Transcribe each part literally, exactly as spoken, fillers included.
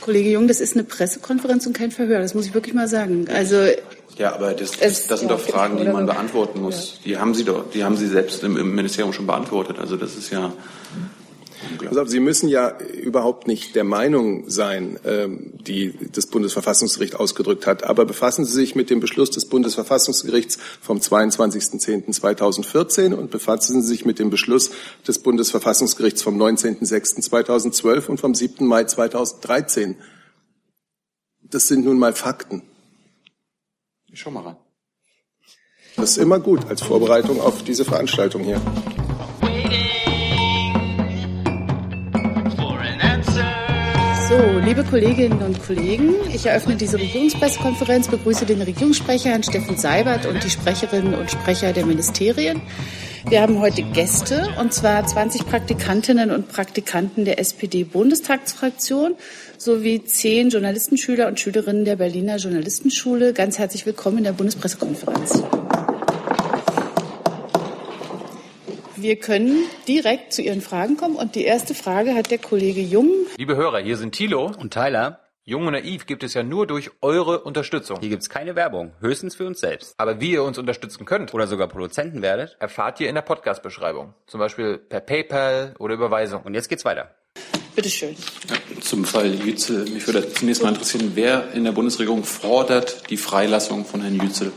Kollege Jung, das ist eine Pressekonferenz und kein Verhör, das muss ich wirklich mal sagen. Also ja, aber das, das, das sind doch Fragen, die man beantworten muss. Die haben Sie doch, die haben Sie selbst im, im Ministerium schon beantwortet. Also das ist ja. Also Sie müssen ja überhaupt nicht der Meinung sein, die das Bundesverfassungsgericht ausgedrückt hat. Aber befassen Sie sich mit dem Beschluss des Bundesverfassungsgerichts vom zweiundzwanzigsten zehnten zweitausendvierzehn und befassen Sie sich mit dem Beschluss des Bundesverfassungsgerichts vom neunzehnten sechsten zweitausendzwölf und vom siebten Mai zweitausenddreizehn. Das sind nun mal Fakten. Ich schau mal rein. Das ist immer gut als Vorbereitung auf diese Veranstaltung hier. So, liebe Kolleginnen und Kollegen, ich eröffne diese Regierungspressekonferenz, begrüße den Regierungssprecher, Herrn Steffen Seibert, und die Sprecherinnen und Sprecher der Ministerien. Wir haben heute Gäste, und zwar zwanzig Praktikantinnen und Praktikanten der S P D-Bundestagsfraktion sowie zehn Journalistenschüler und Schülerinnen der Berliner Journalistenschule. Ganz herzlich willkommen in der Bundespressekonferenz. Wir können direkt zu Ihren Fragen kommen, und die erste Frage hat der Kollege Jung. Liebe Hörer, hier sind Thilo und Tyler. Jung und Naiv gibt es ja nur durch eure Unterstützung. Hier gibt's keine Werbung, höchstens für uns selbst. Aber wie ihr uns unterstützen könnt oder sogar Produzenten werdet, erfahrt ihr in der Podcast-Beschreibung. Zum Beispiel per PayPal oder Überweisung. Und jetzt geht's weiter. Bitte schön. Ja, zum Fall Yücel. Mich würde zunächst mal interessieren, wer in der Bundesregierung fordert die Freilassung von Herrn Yücel?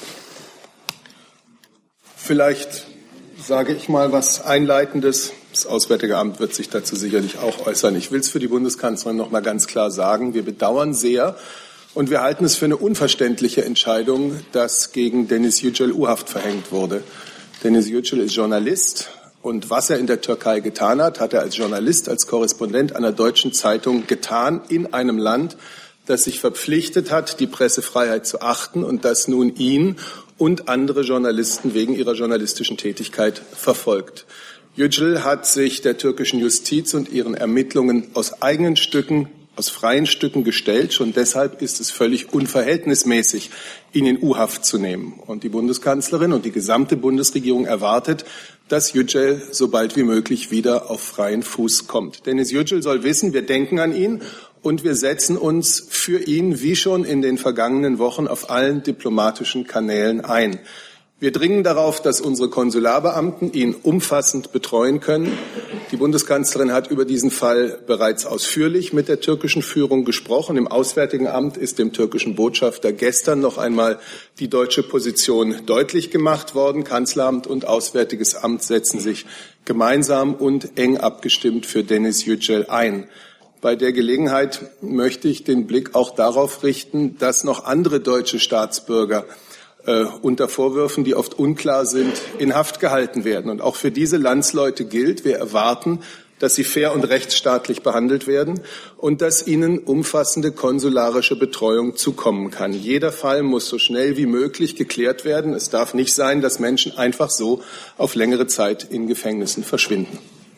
Vielleicht sage ich mal was Einleitendes. Das Auswärtige Amt wird sich dazu sicherlich auch äußern. Ich will es für die Bundeskanzlerin noch mal ganz klar sagen. Wir bedauern sehr und wir halten es für eine unverständliche Entscheidung, dass gegen Deniz Yücel U-Haft verhängt wurde. Deniz Yücel ist Journalist, und was er in der Türkei getan hat, hat er als Journalist, als Korrespondent einer deutschen Zeitung getan in einem Land, das sich verpflichtet hat, die Pressefreiheit zu achten und das nun ihn und andere Journalisten wegen ihrer journalistischen Tätigkeit verfolgt. Yücel hat sich der türkischen Justiz und ihren Ermittlungen aus eigenen Stücken, aus freien Stücken gestellt. Schon deshalb ist es völlig unverhältnismäßig, ihn in U-Haft zu nehmen. Und die Bundeskanzlerin und die gesamte Bundesregierung erwartet, dass Yücel so bald wie möglich wieder auf freien Fuß kommt. Deniz Yücel soll wissen, wir denken an ihn. Und wir setzen uns für ihn, wie schon in den vergangenen Wochen, auf allen diplomatischen Kanälen ein. Wir dringen darauf, dass unsere Konsularbeamten ihn umfassend betreuen können. Die Bundeskanzlerin hat über diesen Fall bereits ausführlich mit der türkischen Führung gesprochen. Im Auswärtigen Amt ist dem türkischen Botschafter gestern noch einmal die deutsche Position deutlich gemacht worden. Kanzleramt und Auswärtiges Amt setzen sich gemeinsam und eng abgestimmt für Deniz Yücel ein. Bei der Gelegenheit möchte ich den Blick auch darauf richten, dass noch andere deutsche Staatsbürger äh, unter Vorwürfen, die oft unklar sind, in Haft gehalten werden. Und auch für diese Landsleute gilt, wir erwarten, dass sie fair und rechtsstaatlich behandelt werden und dass ihnen umfassende konsularische Betreuung zukommen kann. Jeder Fall muss so schnell wie möglich geklärt werden. Es darf nicht sein, dass Menschen einfach so auf längere Zeit in Gefängnissen verschwinden.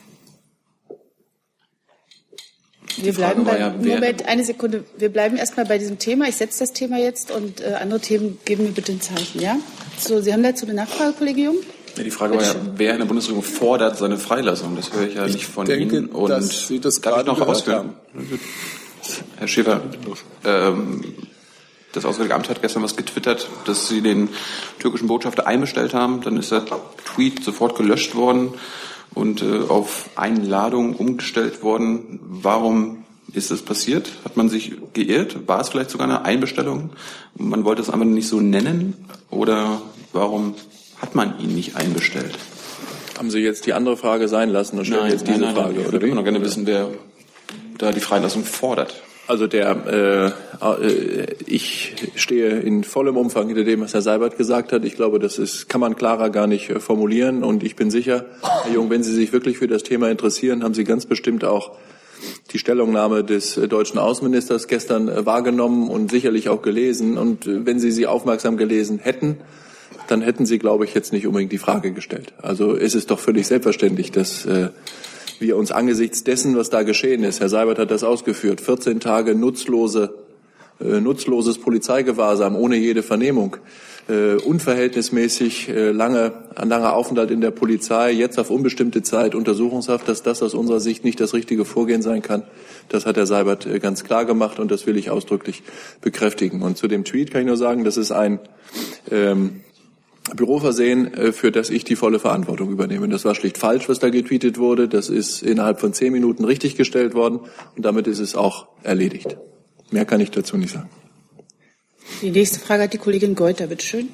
Wir bleiben bei, ja, Moment, eine Sekunde. Wir bleiben erstmal bei diesem Thema. Ich setze das Thema jetzt, und äh, andere Themen geben mir bitte ein Zeichen, ja? So, Sie haben dazu eine Nachfrage, Kollege Jung? Ja, die Frage bitte war ja, schön. Wer in der Bundesregierung fordert seine Freilassung? Das höre ich ja ich nicht von denke, Ihnen. Und dass Sie das darf ich noch ausführen? Haben. Herr Schäfer, ähm, das Auswärtige Amt hat gestern was getwittert, dass Sie den türkischen Botschafter einbestellt haben. Dann ist der Tweet sofort gelöscht worden und äh, auf Einladung umgestellt worden. Warum ist das passiert? Hat man sich geirrt? War es vielleicht sogar eine Einbestellung? Man wollte es aber nicht so nennen? Oder warum hat man ihn nicht einbestellt? Haben Sie jetzt die andere Frage sein lassen und stellen nein, jetzt diese nein, nein, Frage? Ich würde immer noch gerne wissen, wer da die Freilassung fordert. Also der, äh, ich stehe in vollem Umfang hinter dem, was Herr Seibert gesagt hat. Ich glaube, das ist, kann man klarer gar nicht äh, formulieren. Und ich bin sicher, Herr Jung, wenn Sie sich wirklich für das Thema interessieren, haben Sie ganz bestimmt auch die Stellungnahme des äh, deutschen Außenministers gestern äh, wahrgenommen und sicherlich auch gelesen. Und äh, wenn Sie sie aufmerksam gelesen hätten, dann hätten Sie, glaube ich, jetzt nicht unbedingt die Frage gestellt. Also ist es doch völlig selbstverständlich, dass äh, wir uns angesichts dessen, was da geschehen ist, Herr Seibert hat das ausgeführt, vierzehn Tage nutzlose äh, nutzloses Polizeigewahrsam ohne jede Vernehmung, äh, unverhältnismäßig äh, lange, ein langer Aufenthalt in der Polizei, jetzt auf unbestimmte Zeit Untersuchungshaft, dass das aus unserer Sicht nicht das richtige Vorgehen sein kann. Das hat Herr Seibert äh, ganz klar gemacht und das will ich ausdrücklich bekräftigen. Und zu dem Tweet kann ich nur sagen, das ist ein ähm, Büroversehen, äh, für das ich die volle Verantwortung übernehme. Das war schlicht falsch, was da getweetet wurde. Das ist innerhalb von zehn Minuten richtig gestellt worden und damit ist es auch erledigt. Mehr kann ich dazu nicht sagen. Die nächste Frage hat die Kollegin Geuter, bitte schön.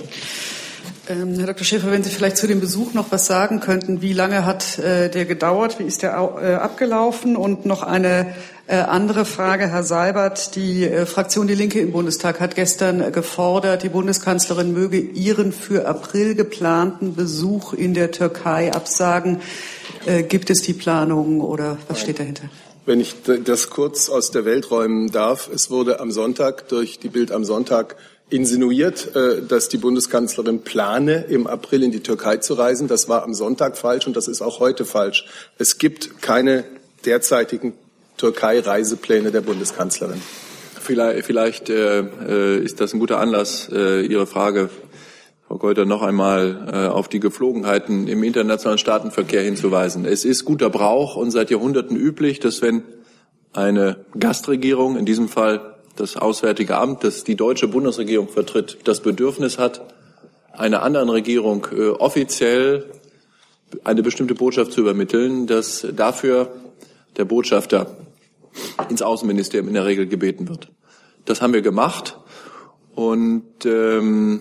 Ähm, Herr Doktor Schäfer, wenn Sie vielleicht zu dem Besuch noch was sagen könnten. Wie lange hat äh, der gedauert? Wie ist der äh, abgelaufen? Und noch eine äh, andere Frage, Herr Seibert. Die äh, Fraktion Die Linke im Bundestag hat gestern äh, gefordert, die Bundeskanzlerin möge ihren für April geplanten Besuch in der Türkei absagen. Äh, gibt es die Planung oder was steht dahinter? Wenn ich das kurz aus der Welt räumen darf, es wurde am Sonntag durch die Bild am Sonntag insinuiert, dass die Bundeskanzlerin plane, im April in die Türkei zu reisen. Das war am Sonntag falsch und das ist auch heute falsch. Es gibt keine derzeitigen Türkei-Reisepläne der Bundeskanzlerin. Vielleicht, vielleicht äh, ist das ein guter Anlass, äh, Ihre Frage, Frau Geuter, noch einmal äh, auf die Geflogenheiten im internationalen Staatenverkehr hinzuweisen. Es ist guter Brauch und seit Jahrhunderten üblich, dass wenn eine Gastregierung, in diesem Fall das Auswärtige Amt, das die deutsche Bundesregierung vertritt, das Bedürfnis hat, einer anderen Regierung äh, offiziell eine bestimmte Botschaft zu übermitteln, dass dafür der Botschafter ins Außenministerium in der Regel gebeten wird. Das haben wir gemacht und ähm,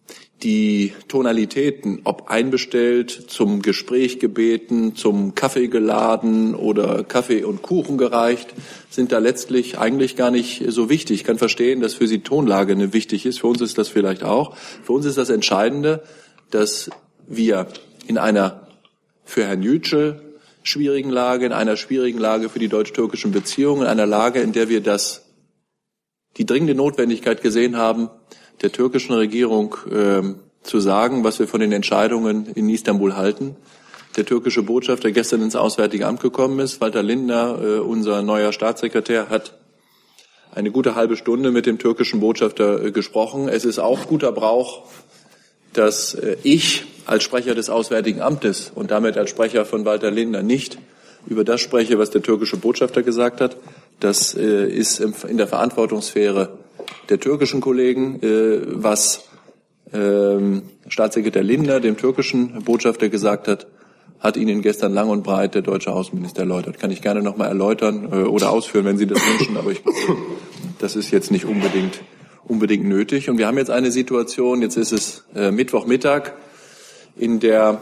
die Tonalitäten, ob einbestellt, zum Gespräch gebeten, zum Kaffee geladen oder Kaffee und Kuchen gereicht, sind da letztlich eigentlich gar nicht so wichtig. Ich kann verstehen, dass für Sie Tonlage eine wichtig ist. Für uns ist das vielleicht auch. Für uns ist das Entscheidende, dass wir in einer für Herrn Yücel schwierigen Lage, in einer schwierigen Lage für die deutsch-türkischen Beziehungen, in einer Lage, in der wir das, die dringende Notwendigkeit gesehen haben, der türkischen Regierung äh, zu sagen, was wir von den Entscheidungen in Istanbul halten. Der türkische Botschafter gestern ins Auswärtige Amt gekommen ist, Walter Lindner, äh, unser neuer Staatssekretär, hat eine gute halbe Stunde mit dem türkischen Botschafter äh, gesprochen. Es ist auch guter Brauch, dass äh, ich als Sprecher des Auswärtigen Amtes und damit als Sprecher von Walter Lindner nicht über das spreche, was der türkische Botschafter gesagt hat. Das äh, ist in der Verantwortungssphäre der türkischen Kollegen, äh, was ähm, Staatssekretär Lindner dem türkischen Botschafter gesagt hat, hat Ihnen gestern lang und breit der deutsche Außenminister erläutert. Kann ich gerne noch mal erläutern äh, oder ausführen, wenn Sie das wünschen, aber ich glaube, das ist jetzt nicht unbedingt unbedingt nötig. Und wir haben jetzt eine Situation, jetzt ist es äh, Mittwochmittag, in der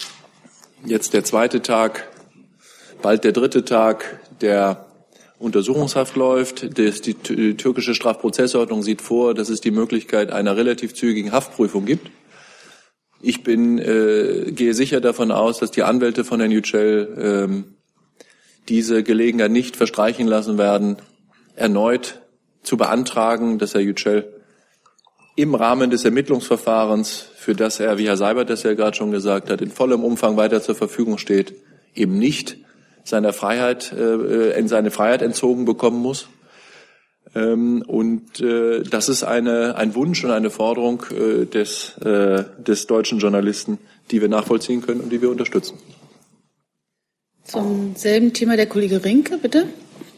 jetzt der zweite Tag, bald der dritte Tag der Untersuchungshaft läuft. Das, die, die türkische Strafprozessordnung sieht vor, dass es die Möglichkeit einer relativ zügigen Haftprüfung gibt. Ich bin, äh, gehe sicher davon aus, dass die Anwälte von Herrn Yücel ähm, diese Gelegenheit nicht verstreichen lassen werden, erneut zu beantragen, dass Herr Yücel im Rahmen des Ermittlungsverfahrens, für das er, wie Herr Seibert das ja gerade schon gesagt hat, in vollem Umfang weiter zur Verfügung steht, eben nicht seiner Freiheit, äh, in seine Freiheit entzogen bekommen muss. Ähm, und äh, das ist eine, ein Wunsch und eine Forderung äh, des, äh, des deutschen Journalisten, die wir nachvollziehen können und die wir unterstützen. Zum selben Thema der Kollege Rinke, bitte.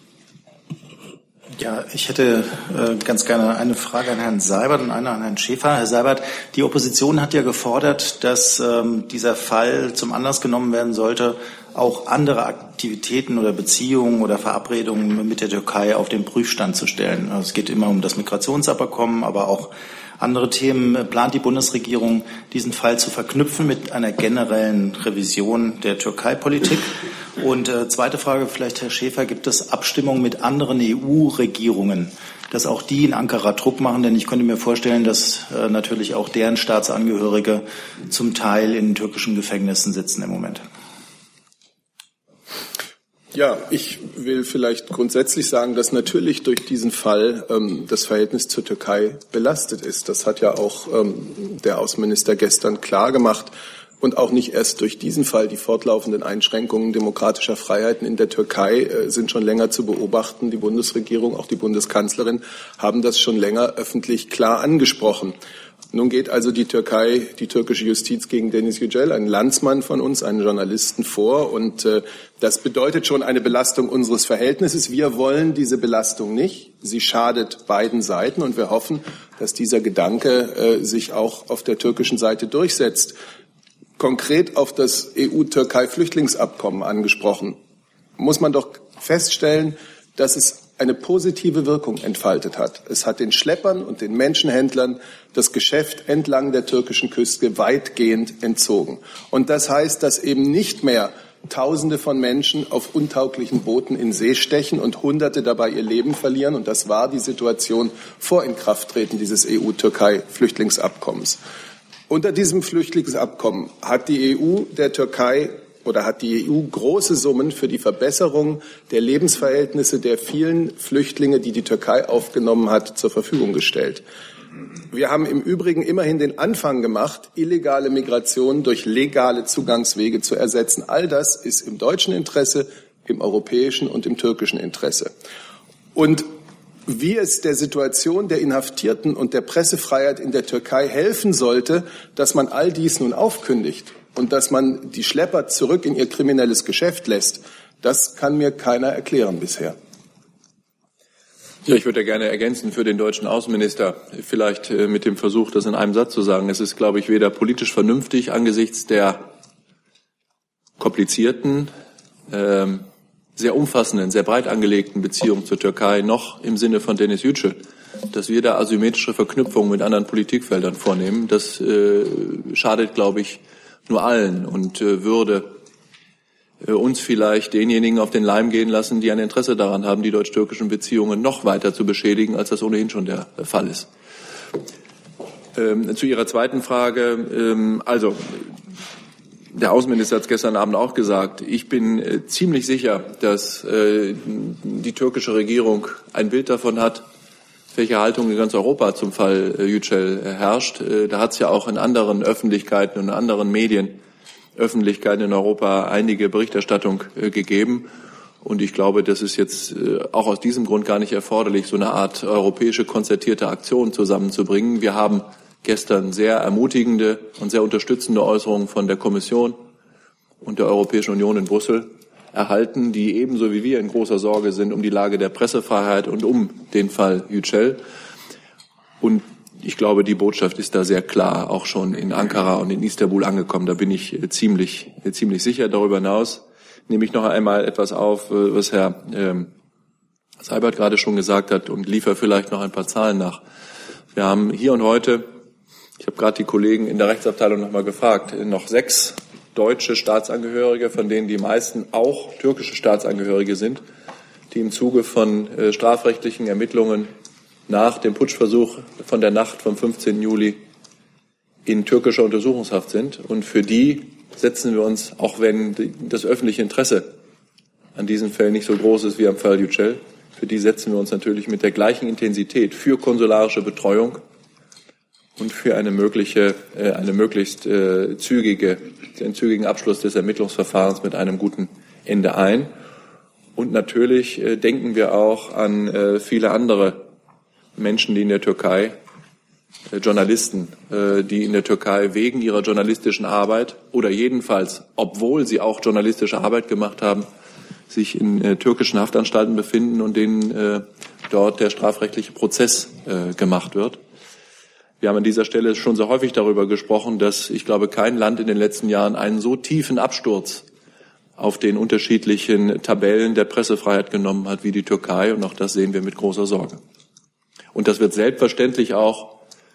Ja, ich hätte äh, ganz gerne eine Frage an Herrn Seibert und eine an Herrn Schäfer. Herr Seibert, die Opposition hat ja gefordert, dass ähm, dieser Fall zum Anlass genommen werden sollte, auch andere Aktivitäten oder Beziehungen oder Verabredungen mit der Türkei auf den Prüfstand zu stellen. Also es geht immer um das Migrationsabkommen, aber auch andere Themen. Plant die Bundesregierung, diesen Fall zu verknüpfen mit einer generellen Revision der Türkei-Politik? Und äh, zweite Frage vielleicht, Herr Schäfer, gibt es Abstimmungen mit anderen E U-Regierungen, dass auch die in Ankara Druck machen? Denn ich könnte mir vorstellen, dass äh, natürlich auch deren Staatsangehörige zum Teil in türkischen Gefängnissen sitzen im Moment. Ja, ich will vielleicht grundsätzlich sagen, dass natürlich durch diesen Fall ähm, das Verhältnis zur Türkei belastet ist. Das hat ja auch ähm, der Außenminister gestern klar gemacht. und auch nicht erst durch diesen Fall. Die fortlaufenden Einschränkungen demokratischer Freiheiten in der Türkei äh, sind schon länger zu beobachten. Die Bundesregierung, auch die Bundeskanzlerin, haben das schon länger öffentlich klar angesprochen. Nun geht also die Türkei, die türkische Justiz gegen Deniz Yücel, einen Landsmann von uns, einen Journalisten, vor. Und äh, das bedeutet schon eine Belastung unseres Verhältnisses. Wir wollen diese Belastung nicht. Sie schadet beiden Seiten. Und wir hoffen, dass dieser Gedanke äh, sich auch auf der türkischen Seite durchsetzt. Konkret auf das E U-Türkei-Flüchtlingsabkommen angesprochen, muss man doch feststellen, dass es eine positive Wirkung entfaltet hat. Es hat den Schleppern und den Menschenhändlern das Geschäft entlang der türkischen Küste weitgehend entzogen. Und das heißt, dass eben nicht mehr Tausende von Menschen auf untauglichen Booten in See stechen und Hunderte dabei ihr Leben verlieren. Und das war die Situation vor Inkrafttreten dieses E U-Türkei-Flüchtlingsabkommens. Unter diesem Flüchtlingsabkommen hat die E U der Türkei oder hat die E U große Summen für die Verbesserung der Lebensverhältnisse der vielen Flüchtlinge, die die Türkei aufgenommen hat, zur Verfügung gestellt. Wir haben im Übrigen immerhin den Anfang gemacht, illegale Migration durch legale Zugangswege zu ersetzen. All das ist im deutschen Interesse, im europäischen und im türkischen Interesse. Und wie es der Situation der Inhaftierten und der Pressefreiheit in der Türkei helfen sollte, dass man all dies nun aufkündigt und dass man die Schlepper zurück in ihr kriminelles Geschäft lässt, das kann mir keiner erklären bisher. Ja, ich würde gerne ergänzen für den deutschen Außenminister, vielleicht äh, mit dem Versuch, das in einem Satz zu sagen. Es ist, glaube ich, weder politisch vernünftig angesichts der komplizierten, ähm, sehr umfassenden, sehr breit angelegten Beziehung zur Türkei noch im Sinne von Deniz Yücel, dass wir da asymmetrische Verknüpfungen mit anderen Politikfeldern vornehmen. Das äh, schadet, glaube ich, nur allen und äh, würde äh, uns vielleicht denjenigen auf den Leim gehen lassen, die ein Interesse daran haben, die deutsch-türkischen Beziehungen noch weiter zu beschädigen, als das ohnehin schon der äh, Fall ist. Ähm, zu Ihrer zweiten Frage, ähm, also der Außenminister hat es gestern Abend auch gesagt. Ich bin äh, ziemlich sicher, dass äh, die türkische Regierung ein Bild davon hat, welche Haltung in ganz Europa zum Fall äh, Yücel äh, herrscht. Äh, da hat es ja auch in anderen Öffentlichkeiten und in anderen Medien, Öffentlichkeiten in Europa einige Berichterstattung äh, gegeben. Und ich glaube, das ist jetzt äh, auch aus diesem Grund gar nicht erforderlich, so eine Art europäische konzertierte Aktion zusammenzubringen. Wir haben gestern sehr ermutigende und sehr unterstützende Äußerungen von der Kommission und der Europäischen Union in Brüssel erhalten, die ebenso wie wir in großer Sorge sind um die Lage der Pressefreiheit und um den Fall Yücel. Und ich glaube, die Botschaft ist da sehr klar auch schon in Ankara und in Istanbul angekommen. Da bin ich ziemlich, ziemlich sicher. Darüber hinaus nehme ich noch einmal etwas auf, was Herr ähm, Seibert gerade schon gesagt hat und liefere vielleicht noch ein paar Zahlen nach. Wir haben hier und heute, ich habe gerade die Kollegen in der Rechtsabteilung noch mal gefragt, noch sechs deutsche Staatsangehörige, von denen die meisten auch türkische Staatsangehörige sind, die im Zuge von äh, strafrechtlichen Ermittlungen nach dem Putschversuch von der Nacht vom fünfzehnten Juli in türkischer Untersuchungshaft sind. Und für die setzen wir uns, auch wenn die, das öffentliche Interesse an diesen Fällen nicht so groß ist wie am Fall Yücel, für die setzen wir uns natürlich mit der gleichen Intensität für konsularische Betreuung und für eine mögliche, äh, eine möglichst äh, zügige, den zügigen Abschluss des Ermittlungsverfahrens mit einem guten Ende ein. Und natürlich äh, denken wir auch an äh, viele andere Menschen, die in der Türkei, äh, Journalisten, äh, die in der Türkei wegen ihrer journalistischen Arbeit oder jedenfalls, obwohl sie auch journalistische Arbeit gemacht haben, sich in äh, türkischen Haftanstalten befinden und denen äh, dort der strafrechtliche Prozess äh, gemacht wird. Wir haben an dieser Stelle schon so häufig darüber gesprochen, dass ich glaube, kein Land in den letzten Jahren einen so tiefen Absturz auf den unterschiedlichen Tabellen der Pressefreiheit genommen hat wie die Türkei. Und auch das sehen wir mit großer Sorge. Und das wird selbstverständlich auch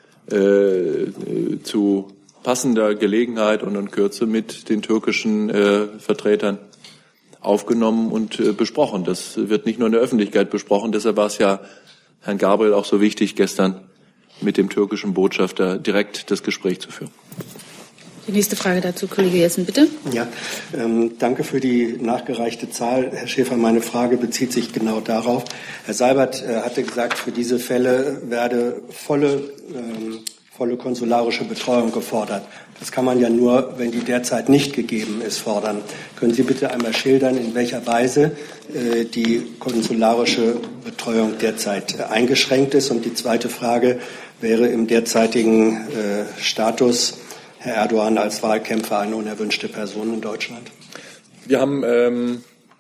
äh, zu passender Gelegenheit und in Kürze mit den türkischen äh, Vertretern aufgenommen und äh, besprochen. Das wird nicht nur in der Öffentlichkeit besprochen. Deshalb war es ja Herrn Gabriel auch so wichtig, gestern mit dem türkischen Botschafter direkt das Gespräch zu führen. Die nächste Frage dazu, Kollege Jessen, bitte. Ja, ähm, danke für die nachgereichte Zahl. Herr Schäfer, meine Frage bezieht sich genau darauf. Herr Seibert äh, hatte gesagt, für diese Fälle werde volle ähm, volle konsularische Betreuung gefordert. Das kann man ja nur, wenn die derzeit nicht gegeben ist, fordern. Können Sie bitte einmal schildern, in welcher Weise äh, die konsularische Betreuung derzeit äh, eingeschränkt ist? Und die zweite Frage wäre im derzeitigen äh, Status Herr Erdogan als Wahlkämpfer eine unerwünschte Person in Deutschland? Wir haben, ähm,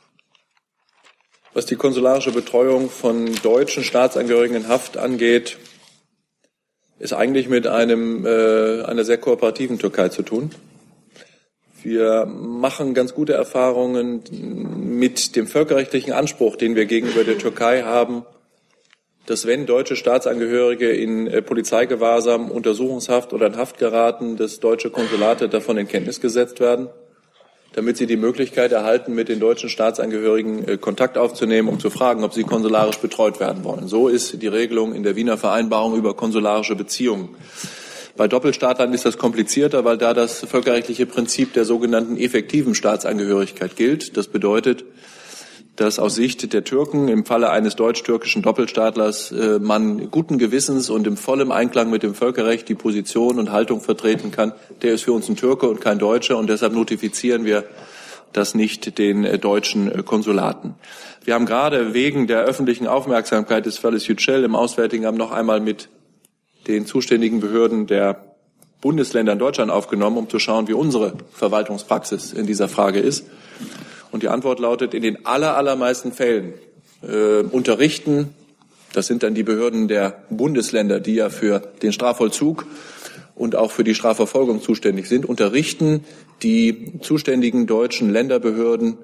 was die konsularische Betreuung von deutschen Staatsangehörigen in Haft angeht, ist eigentlich mit einem äh, einer sehr kooperativen Türkei zu tun. Wir machen ganz gute Erfahrungen mit dem völkerrechtlichen Anspruch, den wir gegenüber der Türkei haben, dass wenn deutsche Staatsangehörige in äh, Polizeigewahrsam, Untersuchungshaft oder in Haft geraten, dass deutsche Konsulate davon in Kenntnis gesetzt werden, damit sie die Möglichkeit erhalten, mit den deutschen Staatsangehörigen äh, Kontakt aufzunehmen, um zu fragen, ob sie konsularisch betreut werden wollen. So ist die Regelung in der Wiener Vereinbarung über konsularische Beziehungen. Bei Doppelstaatlern ist das komplizierter, weil da das völkerrechtliche Prinzip der sogenannten effektiven Staatsangehörigkeit gilt. Das bedeutet, dass aus Sicht der Türken im Falle eines deutsch-türkischen Doppelstaatlers äh, man guten Gewissens und im vollen Einklang mit dem Völkerrecht die Position und Haltung vertreten kann. Der ist für uns ein Türke und kein Deutscher, und deshalb notifizieren wir das nicht den äh, deutschen äh, Konsulaten. Wir haben gerade wegen der öffentlichen Aufmerksamkeit des Falles Yücel im Auswärtigen Amt noch einmal mit den zuständigen Behörden der Bundesländer in Deutschland aufgenommen, um zu schauen, wie unsere Verwaltungspraxis in dieser Frage ist. Und die Antwort lautet, in den aller, allermeisten Fällen äh, unterrichten, das sind dann die Behörden der Bundesländer, die ja für den Strafvollzug und auch für die Strafverfolgung zuständig sind, unterrichten die zuständigen deutschen Länderbehörden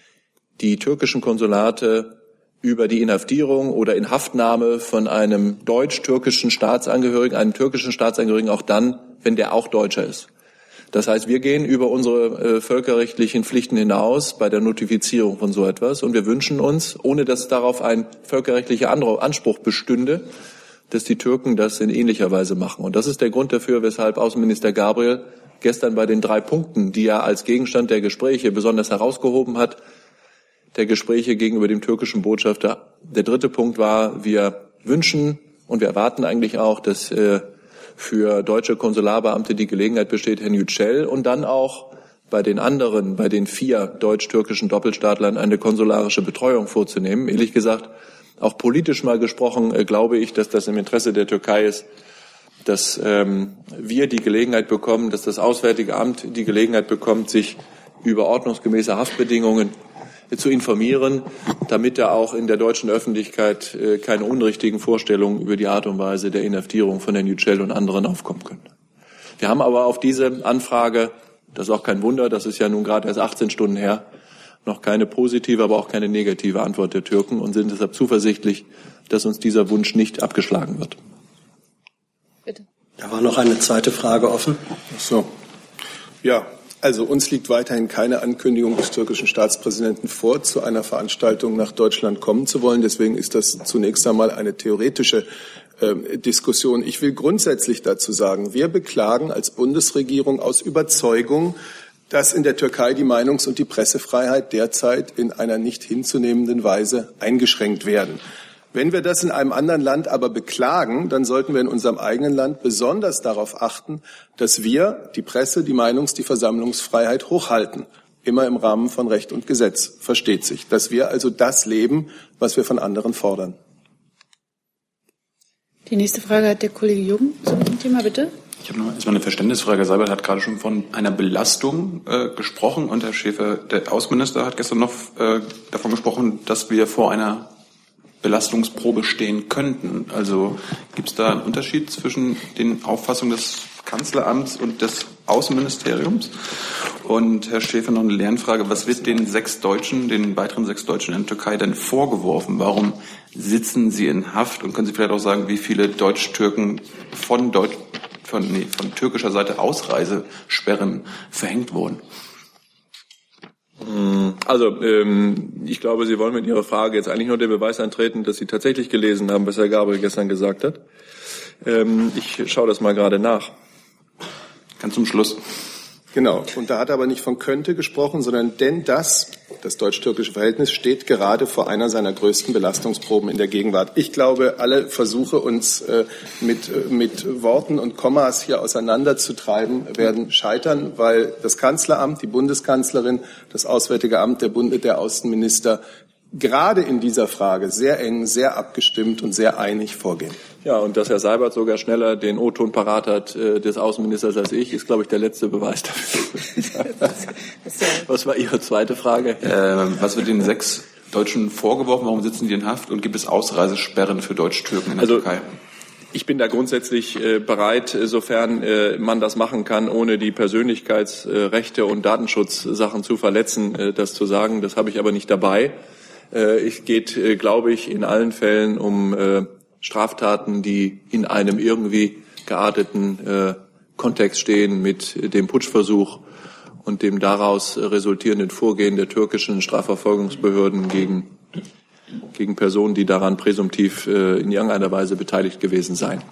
die türkischen Konsulate über die Inhaftierung oder Inhaftnahme von einem deutsch-türkischen Staatsangehörigen, einem türkischen Staatsangehörigen auch dann, wenn der auch Deutscher ist. Das heißt, wir gehen über unsere äh, völkerrechtlichen Pflichten hinaus bei der Notifizierung von so etwas, und wir wünschen uns, ohne dass darauf ein völkerrechtlicher Anspruch bestünde, dass die Türken das in ähnlicher Weise machen. Und das ist der Grund dafür, weshalb Außenminister Gabriel gestern bei den drei Punkten, die er als Gegenstand der Gespräche besonders herausgehoben hat, der Gespräche gegenüber dem türkischen Botschafter, der dritte Punkt war, wir wünschen und wir erwarten eigentlich auch, dass äh, für deutsche Konsularbeamte die Gelegenheit besteht, Herrn Yücel und dann auch bei den anderen, bei den vier deutsch-türkischen Doppelstaatlern eine konsularische Betreuung vorzunehmen. Ehrlich gesagt, auch politisch mal gesprochen, äh, glaube ich, dass das im Interesse der Türkei ist, dass ähm, wir die Gelegenheit bekommen, dass das Auswärtige Amt die Gelegenheit bekommt, sich über ordnungsgemäße Haftbedingungen äh, zu informieren, damit da auch in der deutschen Öffentlichkeit äh, keine unrichtigen Vorstellungen über die Art und Weise der Inhaftierung von Herrn Yücel und anderen aufkommen können. Wir haben aber auf diese Anfrage, das ist auch kein Wunder, das ist ja nun gerade erst achtzehn Stunden her, noch keine positive, aber auch keine negative Antwort der Türken und sind deshalb zuversichtlich, dass uns dieser Wunsch nicht abgeschlagen wird. Bitte. Da war noch eine zweite Frage offen. Ach so. Ja, also uns liegt weiterhin keine Ankündigung des türkischen Staatspräsidenten vor, zu einer Veranstaltung nach Deutschland kommen zu wollen. Deswegen ist das zunächst einmal eine theoretische äh, Diskussion. Ich will grundsätzlich dazu sagen, wir beklagen als Bundesregierung aus Überzeugung, dass in der Türkei die Meinungs- und die Pressefreiheit derzeit in einer nicht hinzunehmenden Weise eingeschränkt werden. Wenn wir das in einem anderen Land aber beklagen, dann sollten wir in unserem eigenen Land besonders darauf achten, dass wir die Presse, die Meinungs-, die Versammlungsfreiheit hochhalten. Immer im Rahmen von Recht und Gesetz, versteht sich. Dass wir also das leben, was wir von anderen fordern. Die nächste Frage hat der Kollege Jung zu dem Thema, bitte. Ich habe noch erstmal eine Verständnisfrage. Herr Seibert hat gerade schon von einer Belastung äh, gesprochen, und Herr Schäfer, der Außenminister, hat gestern noch äh, davon gesprochen, dass wir vor einer Belastungsprobe stehen könnten. Also gibt es da einen Unterschied zwischen den Auffassungen des Kanzleramts und des Außenministeriums? Und Herr Schäfer, noch eine Lernfrage. Was wird den sechs Deutschen, den weiteren sechs Deutschen in der Türkei denn vorgeworfen? Warum sitzen sie in Haft? Und können Sie vielleicht auch sagen, wie viele Deutsch-Türken von, Deutsch, von, nee, von türkischer Seite Ausreisesperren verhängt wurden? Also, ähm, ich glaube, Sie wollen mit Ihrer Frage jetzt eigentlich nur den Beweis antreten, dass Sie tatsächlich gelesen haben, was Herr Gabriel gestern gesagt hat. Ähm, ich schaue das mal gerade nach. Ganz zum Schluss. Genau. Und da hat er aber nicht von könnte gesprochen, sondern denn das, das deutsch-türkische Verhältnis, steht gerade vor einer seiner größten Belastungsproben in der Gegenwart. Ich glaube, alle Versuche, uns äh, mit, mit Worten und Kommas hier auseinanderzutreiben, werden scheitern, weil das Kanzleramt, die Bundeskanzlerin, das Auswärtige Amt, der Bund, der Außenminister gerade in dieser Frage sehr eng, sehr abgestimmt und sehr einig vorgehen. Ja, und dass Herr Seibert sogar schneller den O-Ton parat hat äh, des Außenministers als ich, ist, glaube ich, der letzte Beweis dafür. Was war Ihre zweite Frage? Äh, was wird den sechs Deutschen vorgeworfen? Warum sitzen die in Haft? Und gibt es Ausreisesperren für Deutsch-Türken in der also, Türkei? Ich bin da grundsätzlich äh, bereit, sofern äh, man das machen kann, ohne die Persönlichkeitsrechte und Datenschutzsachen zu verletzen, äh, das zu sagen. Das habe ich aber nicht dabei. Es geht, glaube ich, in allen Fällen um Straftaten, die in einem irgendwie gearteten Kontext stehen mit dem Putschversuch und dem daraus resultierenden Vorgehen der türkischen Strafverfolgungsbehörden gegen, gegen Personen, die daran präsumptiv in irgendeiner Weise beteiligt gewesen seien.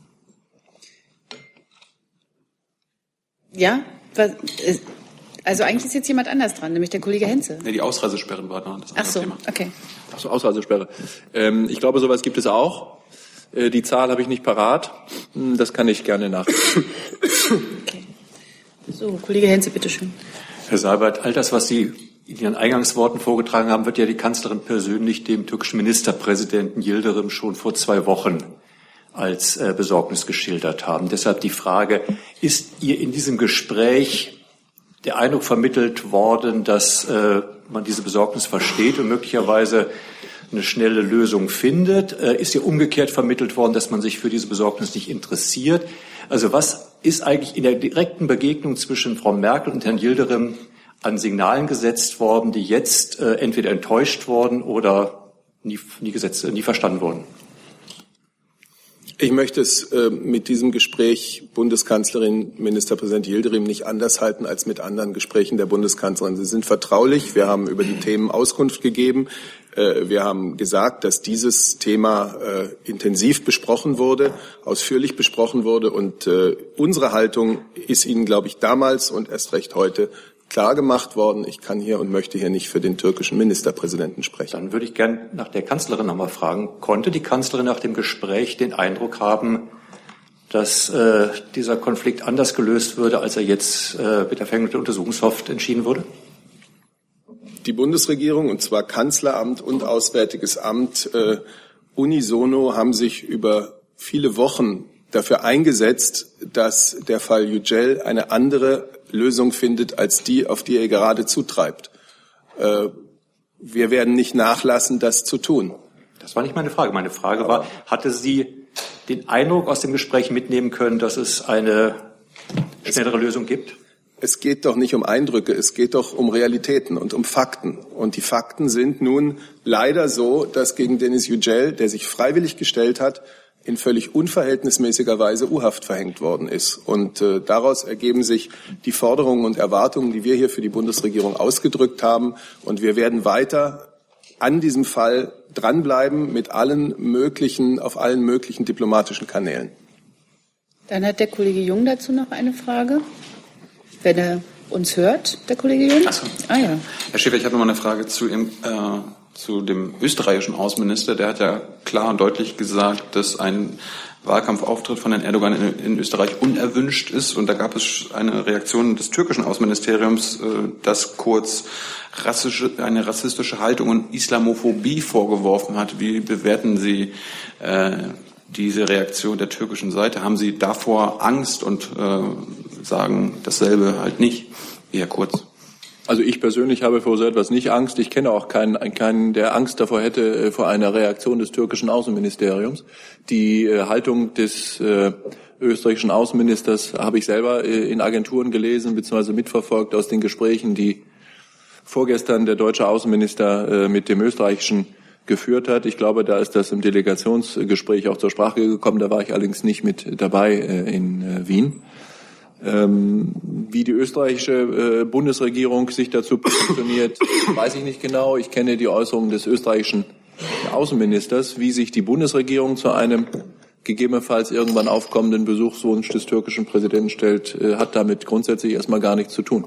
Ja, was, also eigentlich ist jetzt jemand anders dran, nämlich der Kollege Henze. Ja, die Ausreisesperren war da das Ach so, Thema. okay. Ach so, Ausreisesperre. Ähm, ich glaube, sowas gibt es auch. Äh, die Zahl habe ich nicht parat. Das kann ich gerne nachgucken. Okay. So, Kollege Henze, bitteschön. Herr Seibert, all das, was Sie in Ihren Eingangsworten vorgetragen haben, wird ja die Kanzlerin persönlich dem türkischen Ministerpräsidenten Yildirim schon vor zwei Wochen als äh, Besorgnis geschildert haben. Deshalb die Frage, ist ihr in diesem Gespräch der Eindruck vermittelt worden, dass äh, man diese Besorgnis versteht und möglicherweise eine schnelle Lösung findet? Äh, ist ihr umgekehrt vermittelt worden, dass man sich für diese Besorgnis nicht interessiert? Also was ist eigentlich in der direkten Begegnung zwischen Frau Merkel und Herrn Yildirim an Signalen gesetzt worden, die jetzt äh, entweder enttäuscht worden oder nie, nie, gesetzt, nie verstanden wurden? Ich möchte es äh, mit diesem Gespräch Bundeskanzlerin, Ministerpräsident Yildirim nicht anders halten als mit anderen Gesprächen der Bundeskanzlerin. Sie sind vertraulich. Wir haben über die Themen Auskunft gegeben. Äh, wir haben gesagt, dass dieses Thema äh, intensiv besprochen wurde, ausführlich besprochen wurde. Und äh, unsere Haltung ist Ihnen, glaube ich, damals und erst recht heute klar gemacht worden. Ich kann hier und möchte hier nicht für den türkischen Ministerpräsidenten sprechen. Dann würde ich gern nach der Kanzlerin noch mal fragen. Konnte die Kanzlerin nach dem Gespräch den Eindruck haben, dass äh, dieser Konflikt anders gelöst würde, als er jetzt äh, mit der Verhängung der Untersuchungshaft entschieden wurde? Die Bundesregierung, und zwar Kanzleramt und Auswärtiges Amt, äh, unisono haben sich über viele Wochen dafür eingesetzt, dass der Fall Yücel eine andere Lösung findet als die, auf die er gerade zutreibt. Äh, wir werden nicht nachlassen, das zu tun. Das war nicht meine Frage. Meine Frage war, hatte sie den Eindruck aus dem Gespräch mitnehmen können, dass es eine schnellere Lösung gibt? Es geht doch nicht um Eindrücke, es geht doch um Realitäten und um Fakten. Und die Fakten sind nun leider so, dass gegen Deniz Yücel, der sich freiwillig gestellt hat, in völlig unverhältnismäßiger Weise U-Haft verhängt worden ist. Und äh, daraus ergeben sich die Forderungen und Erwartungen, die wir hier für die Bundesregierung ausgedrückt haben. Und wir werden weiter an diesem Fall dranbleiben mit allen möglichen, auf allen möglichen diplomatischen Kanälen. Dann hat der Kollege Jung dazu noch eine Frage, wenn er uns hört, der Kollege Jung. Ach so. Ah ja. Herr Schäfer, ich habe noch mal eine Frage zu Ihrem äh, zu dem österreichischen Außenminister. Der hat ja klar und deutlich gesagt, dass ein Wahlkampfauftritt von Herrn Erdogan in, in Österreich unerwünscht ist. Und da gab es eine Reaktion des türkischen Außenministeriums, äh, das kurz rassische, eine rassistische Haltung und Islamophobie vorgeworfen hat. Wie bewerten Sie äh, diese Reaktion der türkischen Seite? Haben Sie davor Angst und äh, sagen dasselbe halt nicht? Eher kurz. Also ich persönlich habe vor so etwas nicht Angst. Ich kenne auch keinen, keinen, der Angst davor hätte, vor einer Reaktion des türkischen Außenministeriums. Die äh, Haltung des äh, österreichischen Außenministers habe ich selber äh, in Agenturen gelesen bzw. mitverfolgt aus den Gesprächen, die vorgestern der deutsche Außenminister äh, mit dem österreichischen geführt hat. Ich glaube, da ist das im Delegationsgespräch auch zur Sprache gekommen. Da war ich allerdings nicht mit dabei äh, in äh, Wien. Ähm, wie die österreichische äh, Bundesregierung sich dazu positioniert, weiß ich nicht genau. Ich kenne die Äußerungen des österreichischen Außenministers. Wie sich die Bundesregierung zu einem gegebenenfalls irgendwann aufkommenden Besuchswunsch des türkischen Präsidenten stellt, hat damit grundsätzlich erstmal gar nichts zu tun.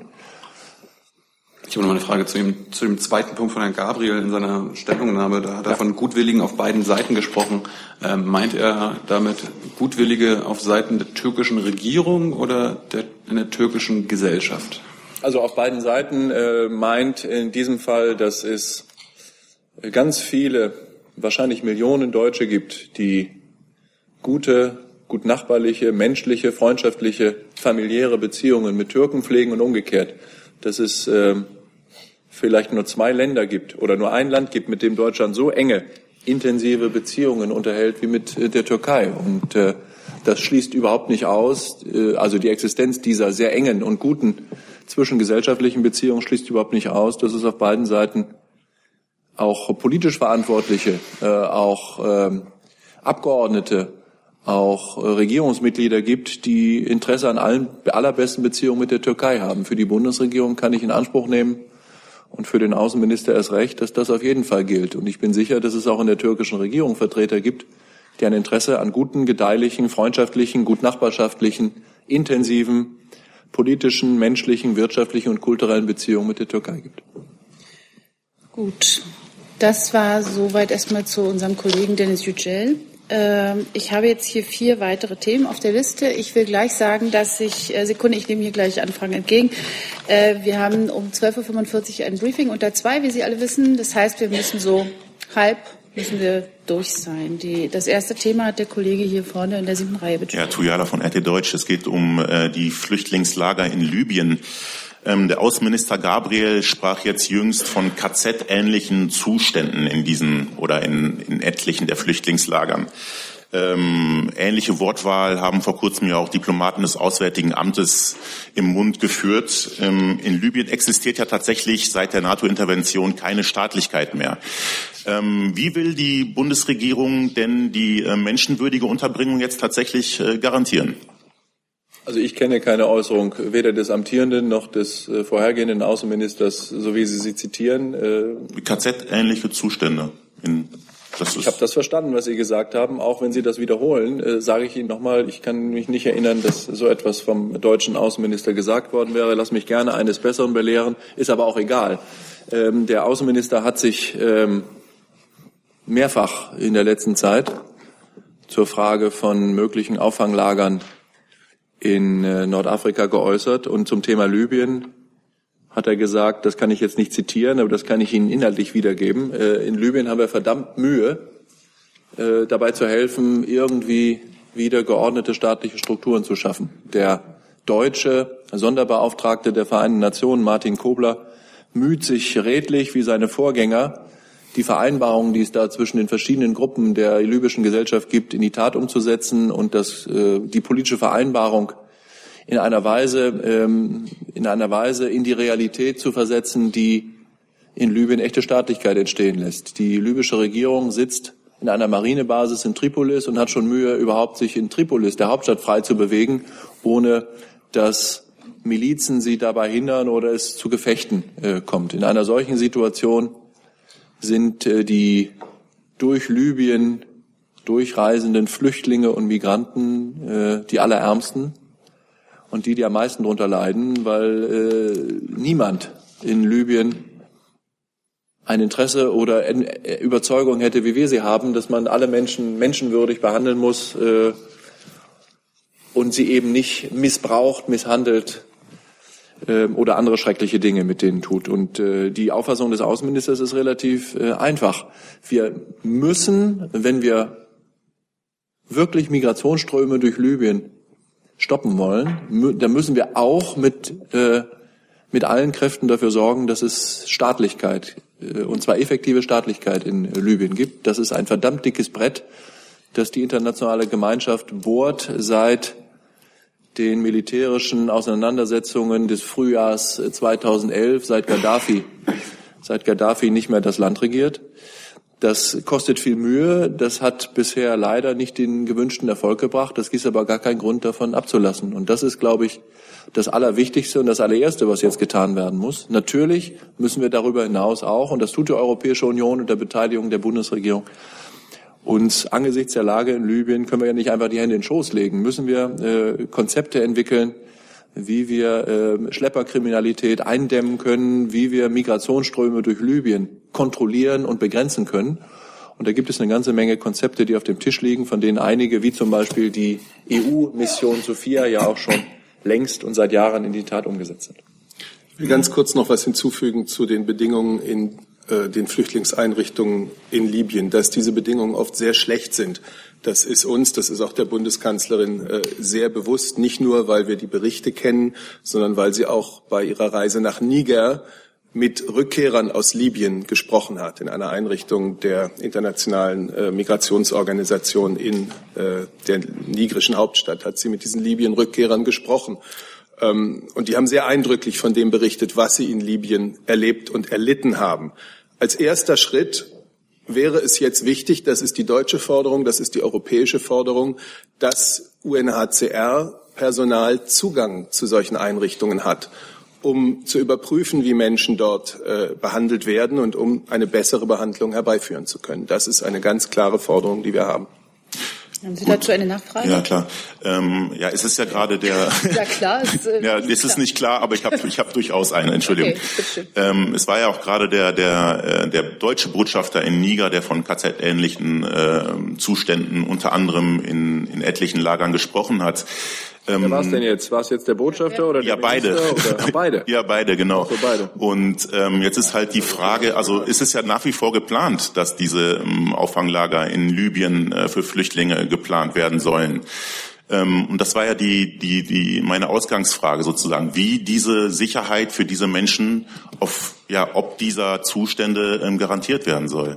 Ich habe noch eine Frage zu dem, zu dem zweiten Punkt von Herrn Gabriel in seiner Stellungnahme. Da hat er ja. von Gutwilligen auf beiden Seiten gesprochen. Ähm, meint er damit Gutwillige auf Seiten der türkischen Regierung oder der, in der türkischen Gesellschaft? Also auf beiden Seiten äh, meint in diesem Fall, dass es ganz viele, wahrscheinlich Millionen Deutsche gibt, die gute, gut nachbarliche, menschliche, freundschaftliche, familiäre Beziehungen mit Türken pflegen und umgekehrt. Dass es äh, vielleicht nur zwei Länder gibt oder nur ein Land gibt, mit dem Deutschland so enge, intensive Beziehungen unterhält wie mit äh, der Türkei. Und äh, das schließt überhaupt nicht aus, äh, also die Existenz dieser sehr engen und guten zwischengesellschaftlichen Beziehungen schließt überhaupt nicht aus, dass es auf beiden Seiten auch politisch Verantwortliche, äh, auch äh, Abgeordnete, auch äh, Regierungsmitglieder gibt, die Interesse an allen allerbesten Beziehungen mit der Türkei haben. Für die Bundesregierung kann ich in Anspruch nehmen und für den Außenminister erst recht, dass das auf jeden Fall gilt. Und ich bin sicher, dass es auch in der türkischen Regierung Vertreter gibt, die ein Interesse an guten, gedeihlichen, freundschaftlichen, gut nachbarschaftlichen, intensiven, politischen, menschlichen, wirtschaftlichen und kulturellen Beziehungen mit der Türkei gibt. Gut, das war soweit erstmal zu unserem Kollegen Dennis Yücel. Ich habe jetzt hier vier weitere Themen auf der Liste. Ich will gleich sagen, dass ich, Sekunde, ich nehme hier gleich Anfragen entgegen. Wir haben um zwölf Uhr fünfundvierzig ein Briefing unter zwei, wie Sie alle wissen. Das heißt, wir müssen so halb, müssen wir durch sein. Die, das erste Thema hat der Kollege hier vorne in der siebten Reihe. Bitte. Ja, Tujala von R T Deutsch. Es geht um äh, die Flüchtlingslager in Libyen. Ähm, der Außenminister Gabriel sprach jetzt jüngst von K Z-ähnlichen Zuständen in diesen oder in, in etlichen der Flüchtlingslagern. Ähm, ähnliche Wortwahl haben vor kurzem ja auch Diplomaten des Auswärtigen Amtes im Mund geführt. Ähm, in Libyen existiert ja tatsächlich seit der NATO-Intervention keine Staatlichkeit mehr. Ähm, wie will die Bundesregierung denn die äh, menschenwürdige Unterbringung jetzt tatsächlich äh, garantieren? Also ich kenne keine Äußerung weder des amtierenden noch des äh, vorhergehenden Außenministers, so wie Sie sie zitieren. Äh, K Z-ähnliche Zustände. In, das ich habe das verstanden, was Sie gesagt haben. Auch wenn Sie das wiederholen, äh, sage ich Ihnen nochmal, ich kann mich nicht erinnern, dass so etwas vom deutschen Außenminister gesagt worden wäre. Lass mich gerne eines Besseren belehren, ist aber auch egal. Ähm, der Außenminister hat sich ähm, mehrfach in der letzten Zeit zur Frage von möglichen Auffanglagern in Nordafrika geäußert und zum Thema Libyen hat er gesagt, das kann ich jetzt nicht zitieren, aber das kann ich Ihnen inhaltlich wiedergeben. In Libyen haben wir verdammt Mühe, dabei zu helfen, irgendwie wieder geordnete staatliche Strukturen zu schaffen. Der deutsche Sonderbeauftragte der Vereinten Nationen, Martin Kobler, müht sich redlich wie seine Vorgänger, die Vereinbarungen, die es da zwischen den verschiedenen Gruppen der libyschen Gesellschaft gibt, in die Tat umzusetzen und das, äh, die politische Vereinbarung in einer Weise, ähm, in einer Weise in die Realität zu versetzen, die in Libyen echte Staatlichkeit entstehen lässt. Die libysche Regierung sitzt in einer Marinebasis in Tripolis und hat schon Mühe, überhaupt sich in Tripolis, der Hauptstadt, frei zu bewegen, ohne dass Milizen sie dabei hindern oder es zu Gefechten äh, kommt. In einer solchen Situation sind äh, die durch Libyen durchreisenden Flüchtlinge und Migranten äh, die allerärmsten und die, die am meisten darunter leiden, weil äh, niemand in Libyen ein Interesse oder Überzeugung hätte, wie wir sie haben, dass man alle Menschen menschenwürdig behandeln muss äh, und sie eben nicht missbraucht, misshandelt äh, oder andere schreckliche Dinge mit denen tut. Und äh, die Auffassung des Außenministers ist relativ äh, einfach. Wir müssen, wenn wir wirklich Migrationsströme durch Libyen stoppen wollen, mü- dann müssen wir auch mit äh, mit allen Kräften dafür sorgen, dass es Staatlichkeit, und zwar effektive Staatlichkeit in Libyen gibt. Das ist ein verdammt dickes Brett, das die internationale Gemeinschaft bohrt seit den militärischen Auseinandersetzungen des Frühjahrs zweitausendelf, seit Gaddafi, seit Gaddafi nicht mehr das Land regiert. Das kostet viel Mühe, das hat bisher leider nicht den gewünschten Erfolg gebracht, das ist aber gar kein Grund davon abzulassen. Und das ist, glaube ich, das Allerwichtigste und das Allererste, was jetzt getan werden muss. Natürlich müssen wir darüber hinaus auch, und das tut die Europäische Union unter Beteiligung der Bundesregierung, Und angesichts der Lage in Libyen können wir ja nicht einfach die Hände in den Schoß legen. Müssen wir äh, Konzepte entwickeln, wie wir äh, Schlepperkriminalität eindämmen können, wie wir Migrationsströme durch Libyen kontrollieren und begrenzen können. Und da gibt es eine ganze Menge Konzepte, die auf dem Tisch liegen, von denen einige, wie zum Beispiel die E U-Mission Sophia, ja auch schon längst und seit Jahren in die Tat umgesetzt sind. Ich will ganz kurz noch was hinzufügen zu den Bedingungen in äh, den Flüchtlingseinrichtungen in Libyen, dass diese Bedingungen oft sehr schlecht sind. Das ist uns, das ist auch der Bundeskanzlerin äh, sehr bewusst, nicht nur, weil wir die Berichte kennen, sondern weil sie auch bei ihrer Reise nach Niger mit Rückkehrern aus Libyen gesprochen hat, in einer Einrichtung der internationalen äh, Migrationsorganisation in äh, der nigerischen Hauptstadt, hat sie mit diesen Libyen-Rückkehrern gesprochen. Ähm, und die haben sehr eindrücklich von dem berichtet, was sie in Libyen erlebt und erlitten haben. Als erster Schritt wäre es jetzt wichtig, das ist die deutsche Forderung, das ist die europäische Forderung, dass U N H C R-Personal Zugang zu solchen Einrichtungen hat, um zu überprüfen, wie Menschen dort äh, behandelt werden und um eine bessere Behandlung herbeiführen zu können. Das ist eine ganz klare Forderung, die wir haben. Haben Sie dazu eine Nachfrage? Ja, klar. Ähm, ja, es ist ja gerade der... Ja, klar. Es, äh, ja, es ist nicht klar, aber ich habe ich hab durchaus eine, Entschuldigung. Okay, ähm, es war ja auch gerade der, der, der deutsche Botschafter in Niger, der von K Z-ähnlichen äh, Zuständen unter anderem in, in etlichen Lagern gesprochen hat. Ähm, Wer war es denn jetzt? War es jetzt der Botschafter oder der ja, beide. Oder? Ach, beide. Ja, beide, genau. So, beide. Und ähm, jetzt ist halt die Frage, also ist es ja nach wie vor geplant, dass diese ähm, Auffanglager in Libyen äh, für Flüchtlinge geplant werden sollen. Ähm, und das war ja die, die, die meine Ausgangsfrage sozusagen, wie diese Sicherheit für diese Menschen, auf, ja, ob dieser Zustände ähm, garantiert werden soll.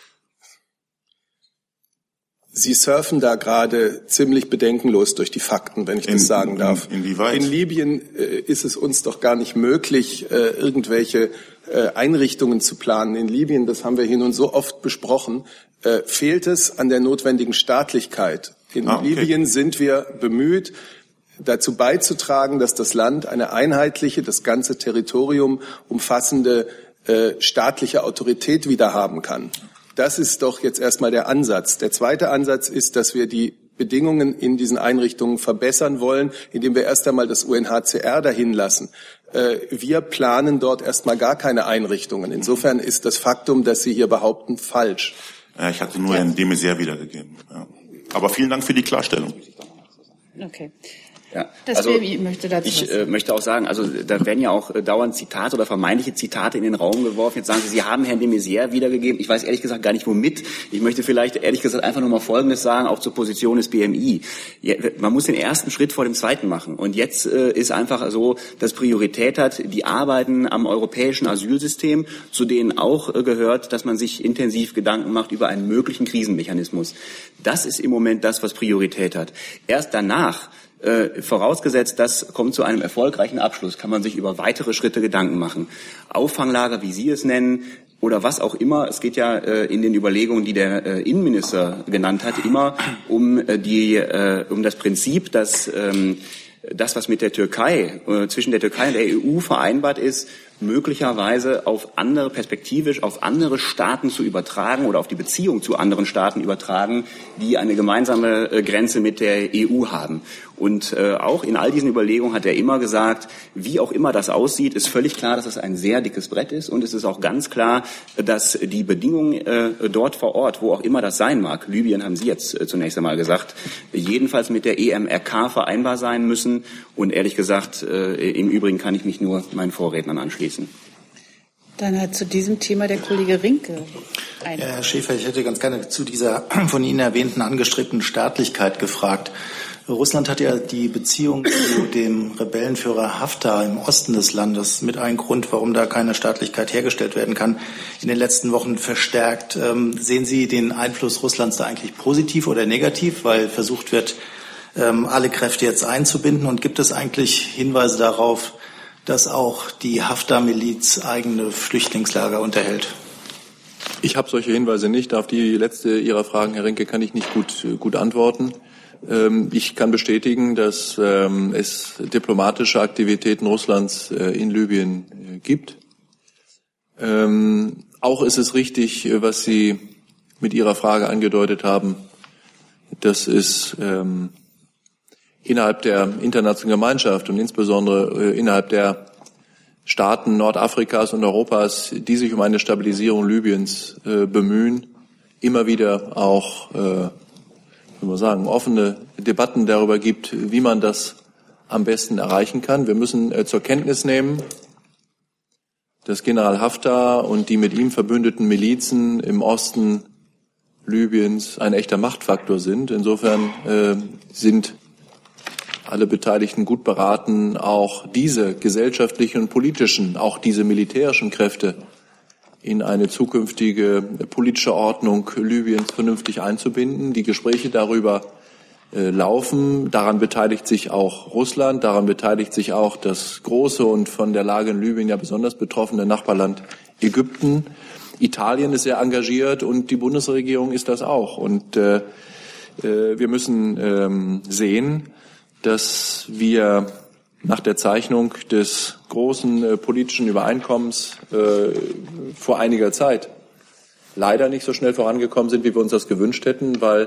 Sie surfen da gerade ziemlich bedenkenlos durch die Fakten, wenn ich in, das sagen darf. In, inwieweit? In Libyen äh, ist es uns doch gar nicht möglich, äh, irgendwelche äh, Einrichtungen zu planen. In Libyen, das haben wir hier nun so oft besprochen, äh, fehlt es an der notwendigen Staatlichkeit. In ah, okay. Libyen sind wir bemüht, dazu beizutragen, dass das Land eine einheitliche, das ganze Territorium umfassende äh, staatliche Autorität wieder haben kann. Das ist doch jetzt erstmal der Ansatz. Der zweite Ansatz ist, dass wir die Bedingungen in diesen Einrichtungen verbessern wollen, indem wir erst einmal das U N H C R dahin lassen. Wir planen dort erstmal gar keine Einrichtungen. Insofern ist das Faktum, das Sie hier behaupten, falsch. Ja, ich hatte nur den de Maizière wiedergegeben. Ja. Aber vielen Dank für die Klarstellung. Okay. Ja, das also Baby möchte dazu ich äh, möchte auch sagen, also da werden ja auch äh, dauernd Zitate oder vermeintliche Zitate in den Raum geworfen. Jetzt sagen Sie, Sie haben Herrn de Maizière wiedergegeben. Ich weiß ehrlich gesagt gar nicht, womit. Ich möchte vielleicht ehrlich gesagt einfach nur mal Folgendes sagen, auch zur Position des B M I. Ja, man muss den ersten Schritt vor dem zweiten machen. Und jetzt äh, ist einfach so, dass Priorität hat, die Arbeiten am europäischen Asylsystem, zu denen auch äh, gehört, dass man sich intensiv Gedanken macht über einen möglichen Krisenmechanismus. Das ist im Moment das, was Priorität hat. Erst danach, Äh, vorausgesetzt, das kommt zu einem erfolgreichen Abschluss, kann man sich über weitere Schritte Gedanken machen. Auffanglager, wie Sie es nennen, oder was auch immer. Es geht ja äh, in den Überlegungen, die der äh, Innenminister genannt hat, immer um äh, die, äh, um das Prinzip, dass ähm, das, was mit der Türkei, äh, zwischen der Türkei und der E U vereinbart ist, möglicherweise auf andere, perspektivisch auf andere Staaten zu übertragen oder auf die Beziehung zu anderen Staaten übertragen, die eine gemeinsame äh, Grenze mit der E U haben. Und äh, auch in all diesen Überlegungen hat er immer gesagt, wie auch immer das aussieht, ist völlig klar, dass es ein sehr dickes Brett ist. Und es ist auch ganz klar, dass die Bedingungen äh, dort vor Ort, wo auch immer das sein mag, Libyen haben Sie jetzt äh, zunächst einmal gesagt, jedenfalls mit der E M R K vereinbar sein müssen. Und ehrlich gesagt, äh, im Übrigen kann ich mich nur meinen Vorrednern anschließen. Dann hat zu diesem Thema der Kollege Rinke eine Frage. Herr Schäfer, ich hätte ganz gerne zu dieser von Ihnen erwähnten angestrebten Staatlichkeit gefragt. Russland hat ja die Beziehung zu dem Rebellenführer Haftar im Osten des Landes mit einem Grund, warum da keine Staatlichkeit hergestellt werden kann, in den letzten Wochen verstärkt. Ähm, sehen Sie den Einfluss Russlands da eigentlich positiv oder negativ, weil versucht wird, ähm, alle Kräfte jetzt einzubinden? Und gibt es eigentlich Hinweise darauf, dass auch die Haftar-Miliz eigene Flüchtlingslager unterhält? Ich habe solche Hinweise nicht. Auf die letzte Ihrer Fragen, Herr Rinke, kann ich nicht gut, gut antworten. Ich kann bestätigen, dass es diplomatische Aktivitäten Russlands in Libyen gibt. Auch ist es richtig, was Sie mit Ihrer Frage angedeutet haben, dass es ähm, innerhalb der internationalen Gemeinschaft und insbesondere äh, innerhalb der Staaten Nordafrikas und Europas, die sich um eine Stabilisierung Libyens äh, bemühen, immer wieder auch, äh, wie man sagen, offene Debatten darüber gibt, wie man das am besten erreichen kann. Wir müssen äh, zur Kenntnis nehmen, dass General Haftar und die mit ihm verbündeten Milizen im Osten Libyens ein echter Machtfaktor sind. Insofern äh, sind alle Beteiligten gut beraten, auch diese gesellschaftlichen und politischen, auch diese militärischen Kräfte in eine zukünftige politische Ordnung Libyens vernünftig einzubinden. Die Gespräche darüber äh, laufen. Daran beteiligt sich auch Russland, daran beteiligt sich auch das große und von der Lage in Libyen ja besonders betroffene Nachbarland Ägypten. Italien ist sehr engagiert und die Bundesregierung ist das auch. Und äh, äh, wir müssen ähm, sehen, dass wir nach der Zeichnung des großen äh, politischen Übereinkommens äh, vor einiger Zeit leider nicht so schnell vorangekommen sind, wie wir uns das gewünscht hätten, weil,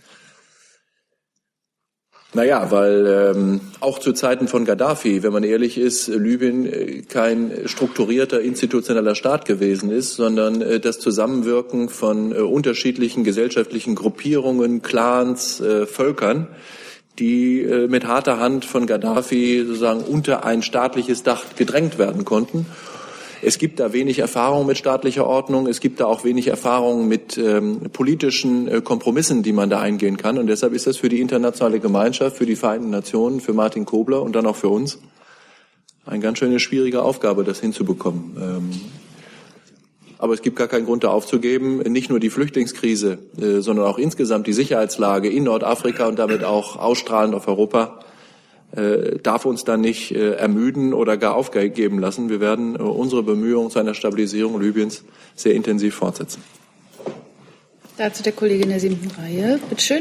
naja, weil ähm, auch zu Zeiten von Gaddafi, wenn man ehrlich ist, Libyen äh, kein strukturierter institutioneller Staat gewesen ist, sondern äh, das Zusammenwirken von äh, unterschiedlichen gesellschaftlichen Gruppierungen, Clans, äh, Völkern, die äh, mit harter Hand von Gaddafi sozusagen unter ein staatliches Dach gedrängt werden konnten. Es gibt da wenig Erfahrung mit staatlicher Ordnung, es gibt da auch wenig Erfahrung mit ähm, politischen äh, Kompromissen, die man da eingehen kann. Und deshalb ist das für die internationale Gemeinschaft, für die Vereinten Nationen, für Martin Kobler und dann auch für uns eine ganz schöne schwierige Aufgabe, das hinzubekommen. Ähm, Aber es gibt gar keinen Grund, da aufzugeben. Nicht nur die Flüchtlingskrise, äh, sondern auch insgesamt die Sicherheitslage in Nordafrika und damit auch ausstrahlend auf Europa äh, darf uns dann nicht äh, ermüden oder gar aufgeben lassen. Wir werden äh, unsere Bemühungen zu einer Stabilisierung Libyens sehr intensiv fortsetzen. Dazu der Kollege in der siebten Reihe. Bitte schön.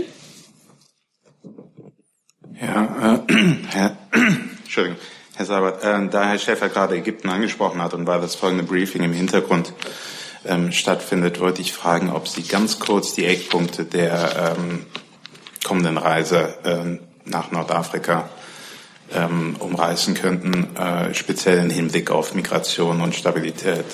Ja, äh, Herr, Entschuldigung. Herr Seibert, äh, da Herr Schäfer gerade Ägypten angesprochen hat und weil das folgende Briefing im Hintergrund ähm, stattfindet, wollte ich fragen, ob Sie ganz kurz die Eckpunkte der ähm, kommenden Reise äh, nach Nordafrika ähm, umreißen könnten, äh, speziell im Hinblick auf Migration und Stabilität.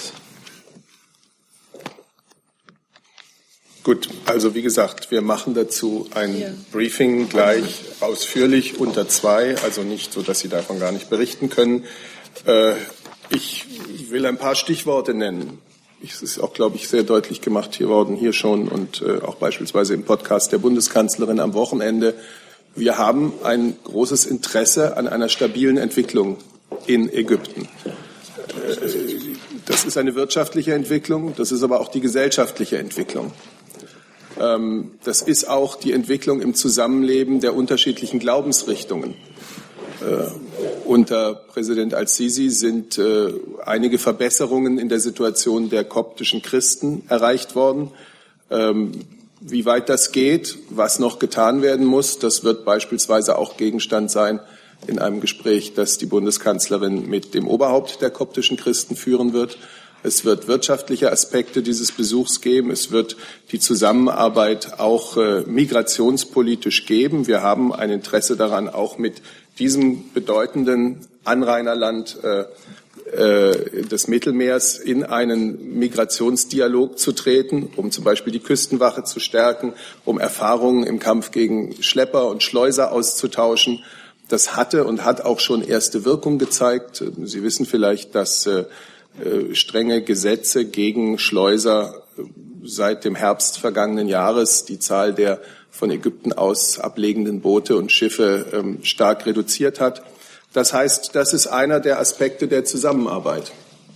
Gut, also wie gesagt, wir machen dazu ein ja. Briefing gleich ausführlich unter zwei, also nicht so, dass Sie davon gar nicht berichten können. Äh, ich will ein paar Stichworte nennen. Es ist auch, glaube ich, sehr deutlich gemacht hier worden, hier schon und äh, auch beispielsweise im Podcast der Bundeskanzlerin am Wochenende. Wir haben ein großes Interesse an einer stabilen Entwicklung in Ägypten. Äh, das ist eine wirtschaftliche Entwicklung, das ist aber auch die gesellschaftliche Entwicklung. Das ist auch die Entwicklung im Zusammenleben der unterschiedlichen Glaubensrichtungen. Äh, unter Präsident al-Sisi sind äh, einige Verbesserungen in der Situation der koptischen Christen erreicht worden. Ähm, wie weit das geht, was noch getan werden muss, das wird beispielsweise auch Gegenstand sein in einem Gespräch, das die Bundeskanzlerin mit dem Oberhaupt der koptischen Christen führen wird. Es wird wirtschaftliche Aspekte dieses Besuchs geben. Es wird die Zusammenarbeit auch äh, migrationspolitisch geben. Wir haben ein Interesse daran, auch mit diesem bedeutenden Anrainerland äh, äh, des Mittelmeers in einen Migrationsdialog zu treten, um zum Beispiel die Küstenwache zu stärken, um Erfahrungen im Kampf gegen Schlepper und Schleuser auszutauschen. Das hatte und hat auch schon erste Wirkung gezeigt. Sie wissen vielleicht, dass äh, strenge Gesetze gegen Schleuser seit dem Herbst vergangenen Jahres die Zahl der von Ägypten aus ablegenden Boote und Schiffe ähm, stark reduziert hat. Das heißt, das ist einer der Aspekte der Zusammenarbeit.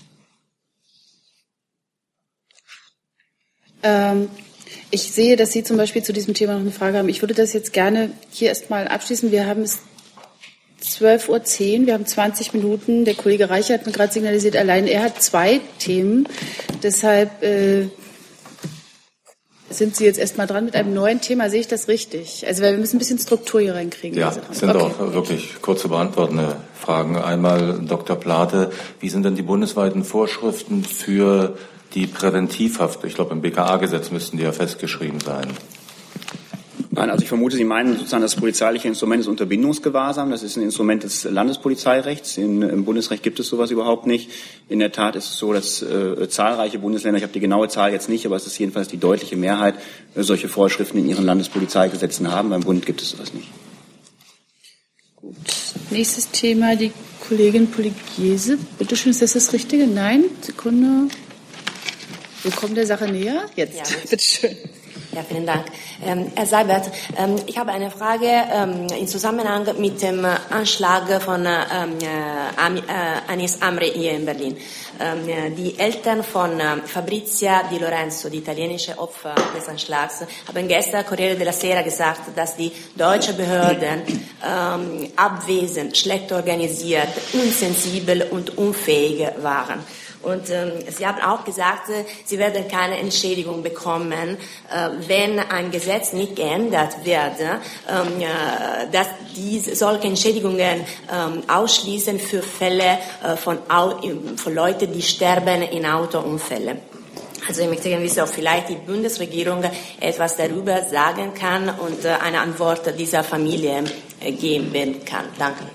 Ähm, ich sehe, dass Sie zum Beispiel zu diesem Thema noch eine Frage haben. Ich würde das jetzt gerne hier erstmal abschließen. Wir haben es zwölf Uhr zehn, wir haben zwanzig Minuten. Der Kollege Reicher hat mir gerade signalisiert, allein er hat zwei Themen. Deshalb äh, sind Sie jetzt erstmal dran mit einem neuen Thema. Sehe ich das richtig? Also weil wir müssen ein bisschen Struktur hier reinkriegen. Ja, es sind okay. auch wirklich kurz zu beantwortende Fragen. Einmal Doktor Plate, wie sind denn die bundesweiten Vorschriften für die Präventivhaft, ich glaube im B K A-Gesetz müssten die ja festgeschrieben sein. Nein, also ich vermute, Sie meinen sozusagen das polizeiliche Instrument ist Unterbindungsgewahrsam. Das ist ein Instrument des Landespolizeirechts. In, Im Bundesrecht gibt es sowas überhaupt nicht. In der Tat ist es so, dass äh, zahlreiche Bundesländer, ich habe die genaue Zahl jetzt nicht, aber es ist jedenfalls die deutliche Mehrheit, äh, solche Vorschriften in ihren Landespolizeigesetzen haben. Beim Bund gibt es sowas nicht. Gut. Nächstes Thema, die Kollegin Pugliese. Bitte schön, ist das das Richtige? Nein? Sekunde. Wir kommen der Sache näher. Jetzt. Ja. Bitte schön. Ja, vielen Dank. Ähm, Herr Seibert, ähm, ich habe eine Frage ähm, im Zusammenhang mit dem Anschlag von ähm, äh, Anis Amri hier in Berlin. Ähm, die Eltern von äh, Fabrizia Di Lorenzo, die italienische Opfer des Anschlags, haben gestern Corriere della Sera gesagt, dass die deutschen Behörden ähm, abwesend, schlecht organisiert, unsensibel und unfähig waren. Und ähm, Sie haben auch gesagt, äh, Sie werden keine Entschädigung bekommen, äh, wenn ein Gesetz nicht geändert wird, ähm, äh, dass diese solche Entschädigungen ähm, ausschließen für Fälle äh, von, Au von Leuten, die sterben in Autounfällen. Also ich möchte gerne wissen, ob vielleicht die Bundesregierung etwas darüber sagen kann und äh, eine Antwort dieser Familie äh, geben kann. Danke.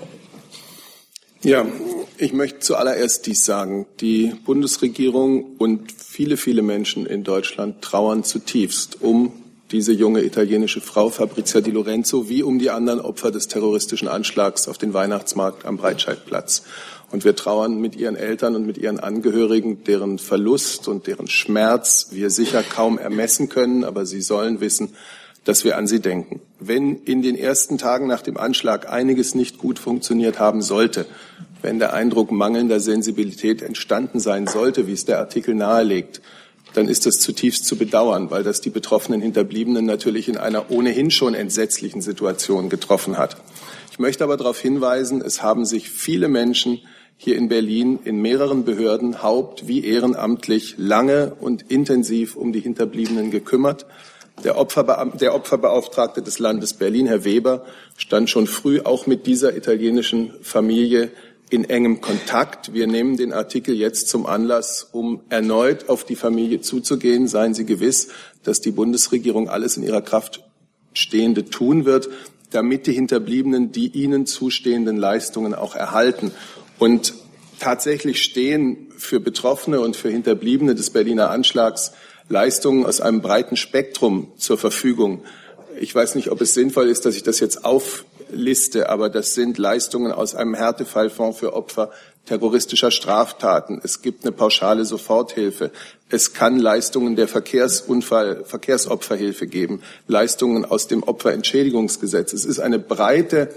Ja, ich möchte zuallererst dies sagen. Die Bundesregierung und viele, viele Menschen in Deutschland trauern zutiefst um diese junge italienische Frau Fabrizia Di Lorenzo wie um die anderen Opfer des terroristischen Anschlags auf den Weihnachtsmarkt am Breitscheidplatz. Und wir trauern mit ihren Eltern und mit ihren Angehörigen, deren Verlust und deren Schmerz wir sicher kaum ermessen können, aber sie sollen wissen, dass wir an sie denken. Wenn in den ersten Tagen nach dem Anschlag einiges nicht gut funktioniert haben sollte, wenn der Eindruck mangelnder Sensibilität entstanden sein sollte, wie es der Artikel nahelegt, dann ist das zutiefst zu bedauern, weil das die betroffenen Hinterbliebenen natürlich in einer ohnehin schon entsetzlichen Situation getroffen hat. Ich möchte aber darauf hinweisen, es haben sich viele Menschen hier in Berlin in mehreren Behörden haupt- wie ehrenamtlich lange und intensiv um die Hinterbliebenen gekümmert. Der, Opferbeam- der Opferbeauftragte des Landes Berlin, Herr Weber, stand schon früh auch mit dieser italienischen Familie in engem Kontakt. Wir nehmen den Artikel jetzt zum Anlass, um erneut auf die Familie zuzugehen. Seien Sie gewiss, dass die Bundesregierung alles in ihrer Kraft Stehende tun wird, damit die Hinterbliebenen die ihnen zustehenden Leistungen auch erhalten. Und tatsächlich stehen für Betroffene und für Hinterbliebene des Berliner Anschlags Leistungen aus einem breiten Spektrum zur Verfügung. Ich weiß nicht, ob es sinnvoll ist, dass ich das jetzt aufliste, aber das sind Leistungen aus einem Härtefallfonds für Opfer terroristischer Straftaten. Es gibt eine pauschale Soforthilfe. Es kann Leistungen der Verkehrsunfall, Verkehrsopferhilfe geben, Leistungen aus dem Opferentschädigungsgesetz. Es ist eine breite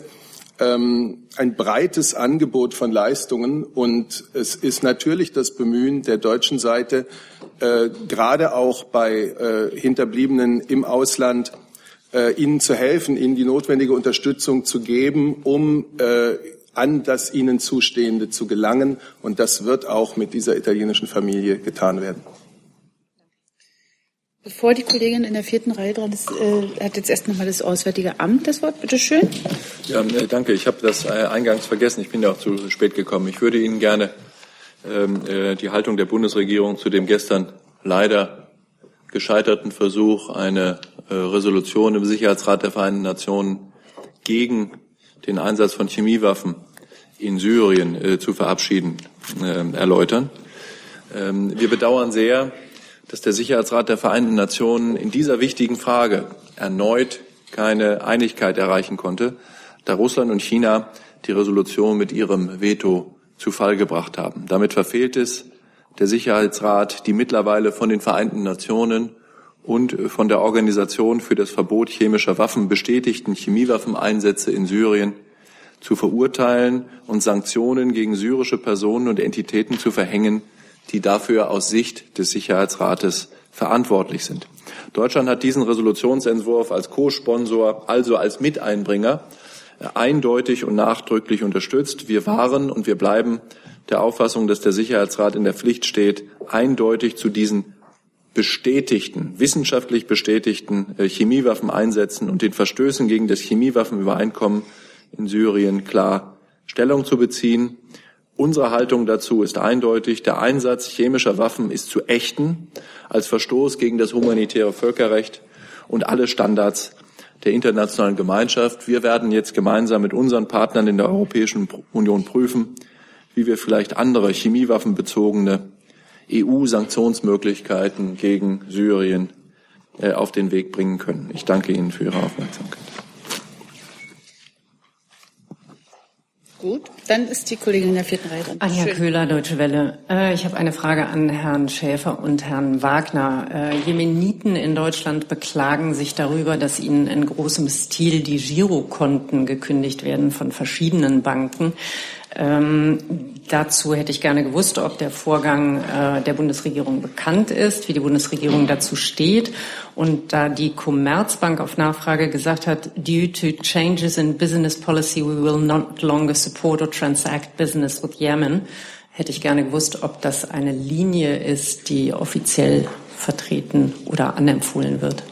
Ähm, ein breites Angebot von Leistungen und es ist natürlich das Bemühen der deutschen Seite, äh, gerade auch bei äh, Hinterbliebenen im Ausland, äh, ihnen zu helfen, ihnen die notwendige Unterstützung zu geben, um äh, an das ihnen Zustehende zu gelangen. Und das wird auch mit dieser italienischen Familie getan werden. Bevor die Kollegin in der vierten Reihe dran ist, äh, hat jetzt erst nochmal das Auswärtige Amt das Wort. Bitte schön. Ja, äh, danke. Ich habe das äh, eingangs vergessen. Ich bin ja auch zu spät gekommen. Ich würde Ihnen gerne ähm, äh, die Haltung der Bundesregierung zu dem gestern leider gescheiterten Versuch, eine äh, Resolution im Sicherheitsrat der Vereinten Nationen gegen den Einsatz von Chemiewaffen in Syrien äh, zu verabschieden, äh, erläutern. Ähm, wir bedauern sehr, dass der Sicherheitsrat der Vereinten Nationen in dieser wichtigen Frage erneut keine Einigkeit erreichen konnte, da Russland und China die Resolution mit ihrem Veto zu Fall gebracht haben. Damit verfehlt es der Sicherheitsrat, die mittlerweile von den Vereinten Nationen und von der Organisation für das Verbot chemischer Waffen bestätigten Chemiewaffeneinsätze in Syrien zu verurteilen und Sanktionen gegen syrische Personen und Entitäten zu verhängen, die dafür aus Sicht des Sicherheitsrates verantwortlich sind. Deutschland hat diesen Resolutionsentwurf als Co-Sponsor, also als Miteinbringer, eindeutig und nachdrücklich unterstützt. Wir waren und wir bleiben der Auffassung, dass der Sicherheitsrat in der Pflicht steht, eindeutig zu diesen bestätigten, wissenschaftlich bestätigten Chemiewaffeneinsätzen und den Verstößen gegen das Chemiewaffenübereinkommen in Syrien klar Stellung zu beziehen. Unsere Haltung dazu ist eindeutig. Der Einsatz chemischer Waffen ist zu ächten als Verstoß gegen das humanitäre Völkerrecht und alle Standards der internationalen Gemeinschaft. Wir werden jetzt gemeinsam mit unseren Partnern in der Europäischen Union prüfen, wie wir vielleicht andere chemiewaffenbezogene E U-Sanktionsmöglichkeiten gegen Syrien äh, auf den Weg bringen können. Ich danke Ihnen für Ihre Aufmerksamkeit. Gut, dann ist die Kollegin in der vierten Reihe dran. Anja Schön. Köhler, Deutsche Welle. Äh, ich habe eine Frage an Herrn Schäfer und Herrn Wagner. Äh, Jemeniten in Deutschland beklagen sich darüber, dass ihnen in großem Stil die Girokonten gekündigt werden von verschiedenen Banken. Ähm, dazu hätte ich gerne gewusst, ob der Vorgang äh, der Bundesregierung bekannt ist, wie die Bundesregierung dazu steht. Und da die Commerzbank auf Nachfrage gesagt hat, due to changes in business policy, we will not longer support or transact business with Yemen, hätte ich gerne gewusst, ob das eine Linie ist, die offiziell vertreten oder anempfohlen wird.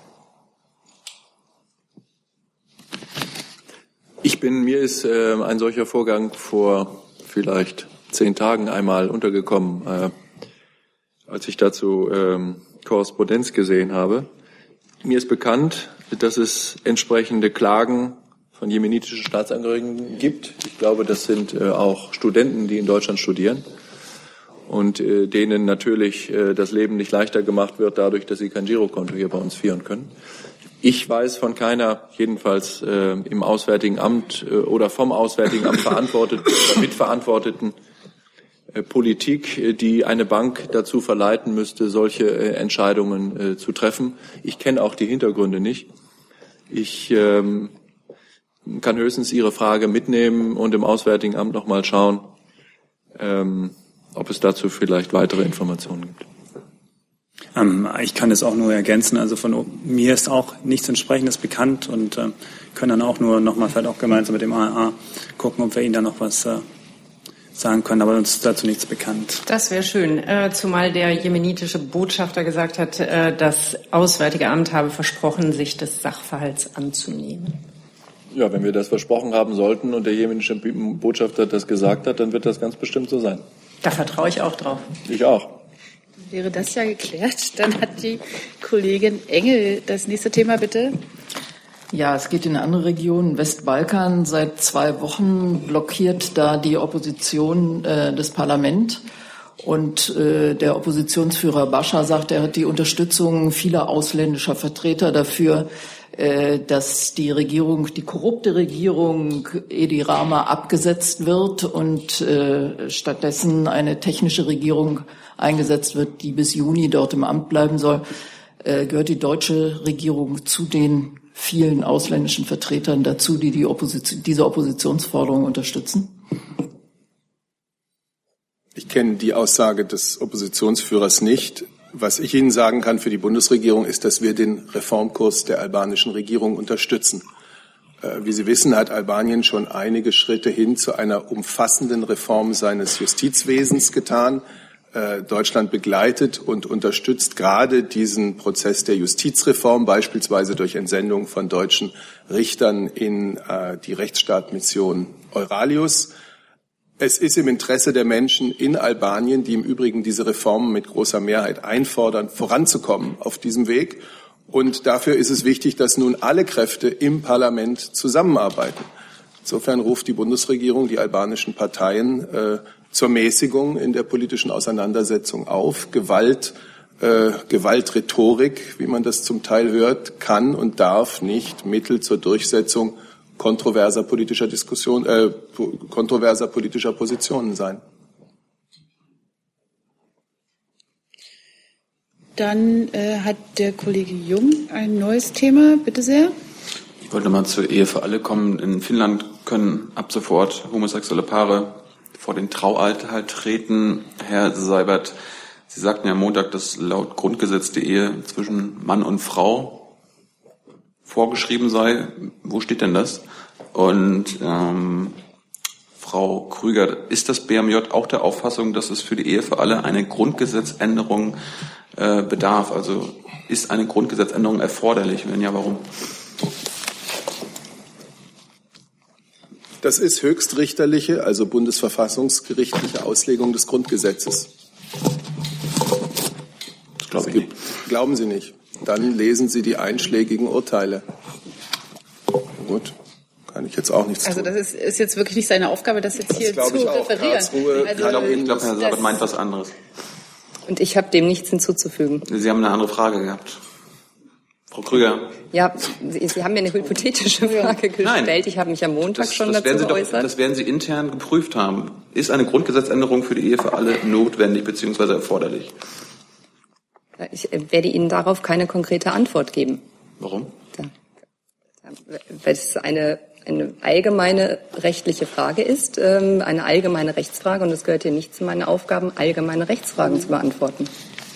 Ich bin, mir ist äh, ein solcher Vorgang vor vielleicht zehn Tagen einmal untergekommen, äh, als ich dazu ähm, Korrespondenz gesehen habe. Mir ist bekannt, dass es entsprechende Klagen von jemenitischen Staatsangehörigen gibt. Ich glaube, das sind äh, auch Studenten, die in Deutschland studieren und äh, denen natürlich äh, das Leben nicht leichter gemacht wird, dadurch, dass sie kein Girokonto hier bei uns führen können. Ich weiß von keiner, jedenfalls äh, im Auswärtigen Amt äh, oder vom Auswärtigen Amt verantworteten oder mitverantworteten äh, Politik, äh, die eine Bank dazu verleiten müsste, solche äh, Entscheidungen äh, zu treffen. Ich kenne auch die Hintergründe nicht. Ich ähm, kann höchstens Ihre Frage mitnehmen und im Auswärtigen Amt noch mal schauen, ähm, ob es dazu vielleicht weitere Informationen gibt. Ähm, ich kann es auch nur ergänzen. Also von mir ist auch nichts Entsprechendes bekannt und äh, können dann auch nur nochmal vielleicht auch gemeinsam mit dem A R A gucken, ob wir Ihnen da noch was äh, sagen können. Aber uns ist dazu nichts bekannt. Das wäre schön, äh, zumal der jemenitische Botschafter gesagt hat, äh, das Auswärtige Amt habe versprochen, sich des Sachverhalts anzunehmen. Ja, wenn wir das versprochen haben sollten und der jemenische Botschafter das gesagt hat, dann wird das ganz bestimmt so sein. Da vertraue ich auch drauf. Ich auch. Wäre das ja geklärt, dann hat die Kollegin Engel das nächste Thema, bitte. Ja, es geht in eine andere Region, Westbalkan. Seit zwei Wochen blockiert da die Opposition äh, das Parlament. Und äh, der Oppositionsführer Bashar sagt, er hat die Unterstützung vieler ausländischer Vertreter dafür, äh, dass die Regierung, die korrupte Regierung Edi Rama abgesetzt wird und äh, stattdessen eine technische Regierung eingesetzt wird, die bis Juni dort im Amt bleiben soll. Äh, gehört die deutsche Regierung zu den vielen ausländischen Vertretern dazu, die, die Opposition, diese Oppositionsforderung unterstützen? Ich kenne die Aussage des Oppositionsführers nicht. Was ich Ihnen sagen kann für die Bundesregierung ist, dass wir den Reformkurs der albanischen Regierung unterstützen. Wie Sie wissen, hat Albanien schon einige Schritte hin zu einer umfassenden Reform seines Justizwesens getan. Deutschland begleitet und unterstützt gerade diesen Prozess der Justizreform, beispielsweise durch Entsendung von deutschen Richtern in die Rechtsstaatmission Euralius. Es ist im Interesse der Menschen in Albanien, die im Übrigen diese Reformen mit großer Mehrheit einfordern, voranzukommen auf diesem Weg. Und dafür ist es wichtig, dass nun alle Kräfte im Parlament zusammenarbeiten. Insofern ruft die Bundesregierung die albanischen Parteien äh, zur Mäßigung in der politischen Auseinandersetzung auf. Gewalt, äh, Gewaltrhetorik, wie man das zum Teil hört, kann und darf nicht Mittel zur Durchsetzung kontroverser politischer Diskussion, äh, kontroverser politischer Positionen sein. Dann äh, hat der Kollege Jung ein neues Thema. Bitte sehr. Ich wollte mal zur Ehe für alle kommen. In Finnland können ab sofort homosexuelle Paare vor den Traualtar treten. Herr Seibert, Sie sagten ja am Montag, dass laut Grundgesetz die Ehe zwischen Mann und Frau vorgeschrieben sei. Wo steht denn das? Und ähm, Frau Krüger, ist das B M J auch der Auffassung, dass es für die Ehe für alle eine Grundgesetzänderung äh, bedarf? Also ist eine Grundgesetzänderung erforderlich? Wenn ja, warum? Das ist höchstrichterliche, also bundesverfassungsgerichtliche Auslegung des Grundgesetzes. Das glaube ich nicht. Glauben Sie nicht. Dann lesen Sie die einschlägigen Urteile. Gut, kann ich jetzt auch nichts also tun. Also das ist, ist jetzt wirklich nicht seine Aufgabe, das jetzt hier das zu ich auch. referieren. Also, ich glaube, ich glaub, Herr Sabat meint was anderes. Und ich habe dem nichts hinzuzufügen. Sie haben eine andere Frage gehabt. Frau Krüger. Ja, Sie, Sie haben mir eine hypothetische Frage gestellt. Nein. Ich habe mich am Montag Das, schon das dazu werden Sie doch, geäußert. das werden Sie intern geprüft haben. Ist eine Grundgesetzänderung für die Ehe für alle notwendig bzw. erforderlich? Ich werde Ihnen darauf keine konkrete Antwort geben. Warum? Da, da, weil es eine, eine allgemeine rechtliche Frage ist, ähm, eine allgemeine Rechtsfrage, und es gehört hier nicht zu meinen Aufgaben, allgemeine Rechtsfragen zu beantworten.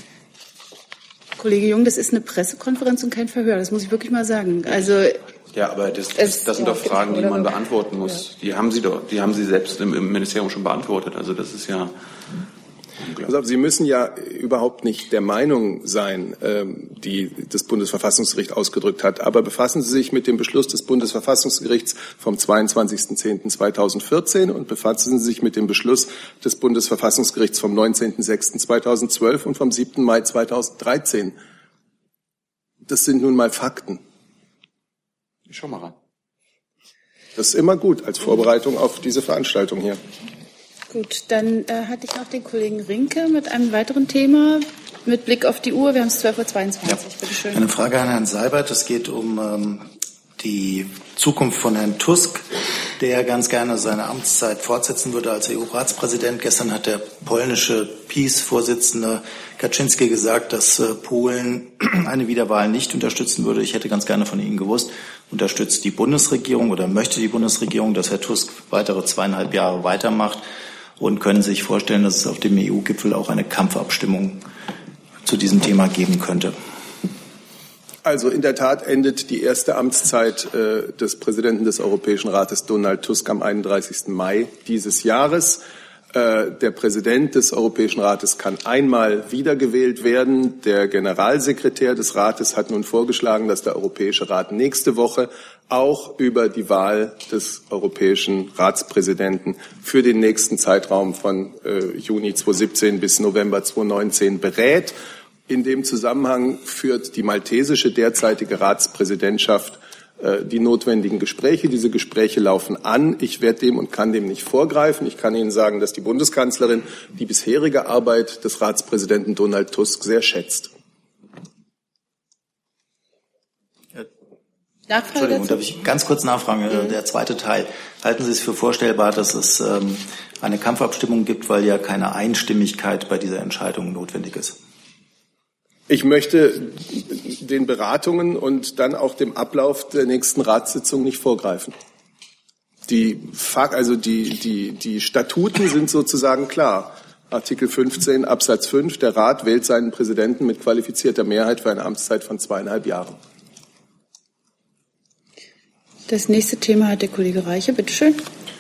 Kollege Jung, das ist eine Pressekonferenz und kein Verhör, das muss ich wirklich mal sagen. Also ja, aber das, das, das sind doch Fragen, die man beantworten muss. Die haben Sie doch, die haben Sie selbst im, im Ministerium schon beantwortet. Also das ist ja. Also Sie müssen ja überhaupt nicht der Meinung sein, die das Bundesverfassungsgericht ausgedrückt hat. Aber befassen Sie sich mit dem Beschluss des Bundesverfassungsgerichts vom zweiundzwanzigsten zehnten zweitausendvierzehn und befassen Sie sich mit dem Beschluss des Bundesverfassungsgerichts vom neunzehnten sechsten zweitausendzwölf und vom siebten Mai zweitausenddreizehn. Das sind nun mal Fakten. Ich schau mal rein. Das ist immer gut als Vorbereitung auf diese Veranstaltung hier. Gut, dann äh, hatte ich noch den Kollegen Rinke mit einem weiteren Thema mit Blick auf die Uhr. Wir haben es zwölf Uhr zweiundzwanzig. Ja. Bitte schön. Eine Frage an Herrn Seibert. Es geht um ähm, die Zukunft von Herrn Tusk, der ganz gerne seine Amtszeit fortsetzen würde als E U-Ratspräsident. Gestern hat der polnische PiS-Vorsitzende Kaczynski gesagt, dass äh, Polen eine Wiederwahl nicht unterstützen würde. Ich hätte ganz gerne von Ihnen gewusst, unterstützt die Bundesregierung oder möchte die Bundesregierung, dass Herr Tusk weitere zweieinhalb Jahre weitermacht? Und können Sie sich vorstellen, dass es auf dem E U-Gipfel auch eine Kampfabstimmung zu diesem Thema geben könnte? Also in der Tat endet die erste Amtszeit äh, des Präsidenten des Europäischen Rates, Donald Tusk, am einunddreißigsten Mai dieses Jahres. Äh, der Präsident des Europäischen Rates kann einmal wiedergewählt werden. Der Generalsekretär des Rates hat nun vorgeschlagen, dass der Europäische Rat nächste Woche auch über die Wahl des Europäischen Ratspräsidenten für den nächsten Zeitraum von äh, Juni zweitausendsiebzehn bis November zweitausendneunzehn berät. In dem Zusammenhang führt die maltesische derzeitige Ratspräsidentschaft äh, die notwendigen Gespräche. Diese Gespräche laufen an. Ich werde dem und kann dem nicht vorgreifen. Ich kann Ihnen sagen, dass die Bundeskanzlerin die bisherige Arbeit des Ratspräsidenten Donald Tusk sehr schätzt. Entschuldigung, darf ich ganz kurz nachfragen? Mhm. Der zweite Teil. Halten Sie es für vorstellbar, dass es ähm, eine Kampfabstimmung gibt, weil ja keine Einstimmigkeit bei dieser Entscheidung notwendig ist? Ich möchte den Beratungen und dann auch dem Ablauf der nächsten Ratssitzung nicht vorgreifen. Die, also die, die, die Statuten sind sozusagen klar. Artikel fünfzehn Absatz fünf, der Rat wählt seinen Präsidenten mit qualifizierter Mehrheit für eine Amtszeit von zweieinhalb Jahren. Das nächste Thema hat der Kollege Reiche. Bitte schön.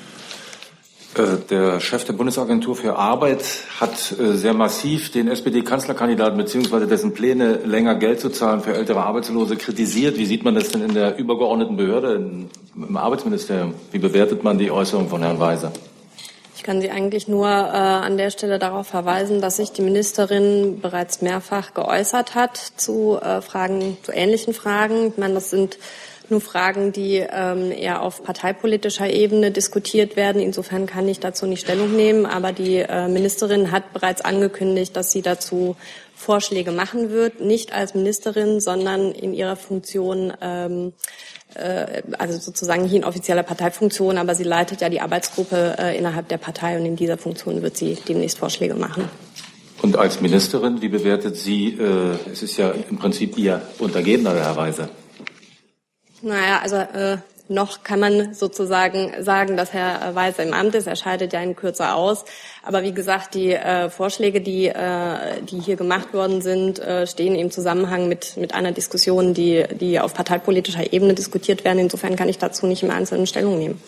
Der Chef der Bundesagentur für Arbeit hat sehr massiv den S P D-Kanzlerkandidaten bzw. dessen Pläne, länger Geld zu zahlen für ältere Arbeitslose, kritisiert. Wie sieht man das denn in der übergeordneten Behörde, im Arbeitsministerium? Wie bewertet man die Äußerung von Herrn Weiser? Ich kann Sie eigentlich nur äh, an der Stelle darauf verweisen, dass sich die Ministerin bereits mehrfach geäußert hat zu äh, Fragen, zu ähnlichen Fragen. Ich meine, das sind nur Fragen, die ähm, eher auf parteipolitischer Ebene diskutiert werden. Insofern kann ich dazu nicht Stellung nehmen. Aber die äh, Ministerin hat bereits angekündigt, dass sie dazu Vorschläge machen wird, nicht als Ministerin, sondern in ihrer Funktion, ähm, äh, also sozusagen nicht in offizieller Parteifunktion, aber sie leitet ja die Arbeitsgruppe äh, innerhalb der Partei und in dieser Funktion wird sie demnächst Vorschläge machen. Und als Ministerin, wie bewertet sie, äh, es ist ja im Prinzip Ihr Untergebener, Herr Weiser? Naja, also äh, noch kann man sozusagen sagen, dass Herr Weiser im Amt ist. Er scheidet ja in Kürze aus. Aber wie gesagt, die äh, Vorschläge, die, äh, die hier gemacht worden sind, äh, stehen im Zusammenhang mit, mit einer Diskussion, die, die auf parteipolitischer Ebene diskutiert werden. Insofern kann ich dazu nicht im Einzelnen Stellung nehmen.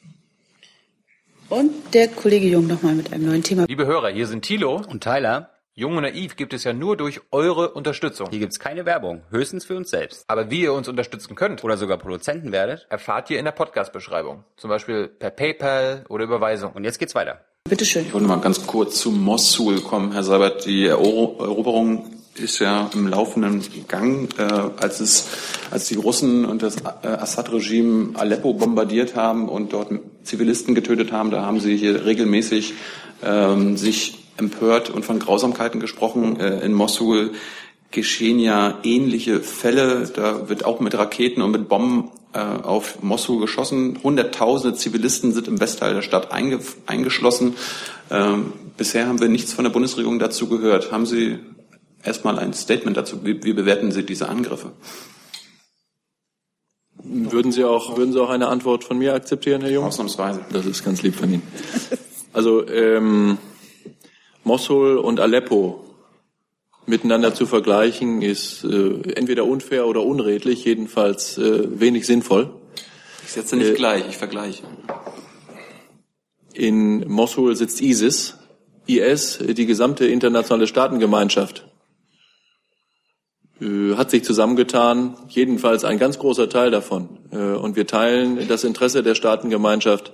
Und der Kollege Jung nochmal mit einem neuen Thema. Liebe Hörer, hier sind Thilo und Tyler. Jung und Naiv gibt es ja nur durch eure Unterstützung. Hier gibt's keine Werbung, höchstens für uns selbst. Aber wie ihr uns unterstützen könnt oder sogar Produzenten werdet, erfahrt ihr in der Podcast-Beschreibung. Zum Beispiel per PayPal oder Überweisung. Und jetzt geht's weiter. Bitteschön. Ich wollte mal ganz kurz zu Mossul kommen, Herr Seibert. Die Ero- Eroberung ist ja im laufenden Gang. Äh, als es, als die Russen und das äh, Assad-Regime Aleppo bombardiert haben und dort Zivilisten getötet haben, da haben sie hier regelmäßig ähm, sich empört und von Grausamkeiten gesprochen. Äh, in Mossul geschehen ja ähnliche Fälle. Da wird auch mit Raketen und mit Bomben äh, auf Mossul geschossen. Hunderttausende Zivilisten sind im Westteil der Stadt einge- eingeschlossen. Ähm, bisher haben wir nichts von der Bundesregierung dazu gehört. Haben Sie erstmal ein Statement dazu? Wie, wie bewerten Sie diese Angriffe? Würden Sie auch, würden Sie auch eine Antwort von mir akzeptieren, Herr Jung? Ausnahmsweise. Das ist ganz lieb von Ihnen. Also ähm, Mossul und Aleppo miteinander zu vergleichen, ist äh, entweder unfair oder unredlich, jedenfalls äh, wenig sinnvoll. Ich setze nicht äh, gleich, ich vergleiche. In Mossul sitzt ISIS, I S, die gesamte internationale Staatengemeinschaft äh, hat sich zusammengetan, jedenfalls ein ganz großer Teil davon. Äh, und wir teilen das Interesse der Staatengemeinschaft,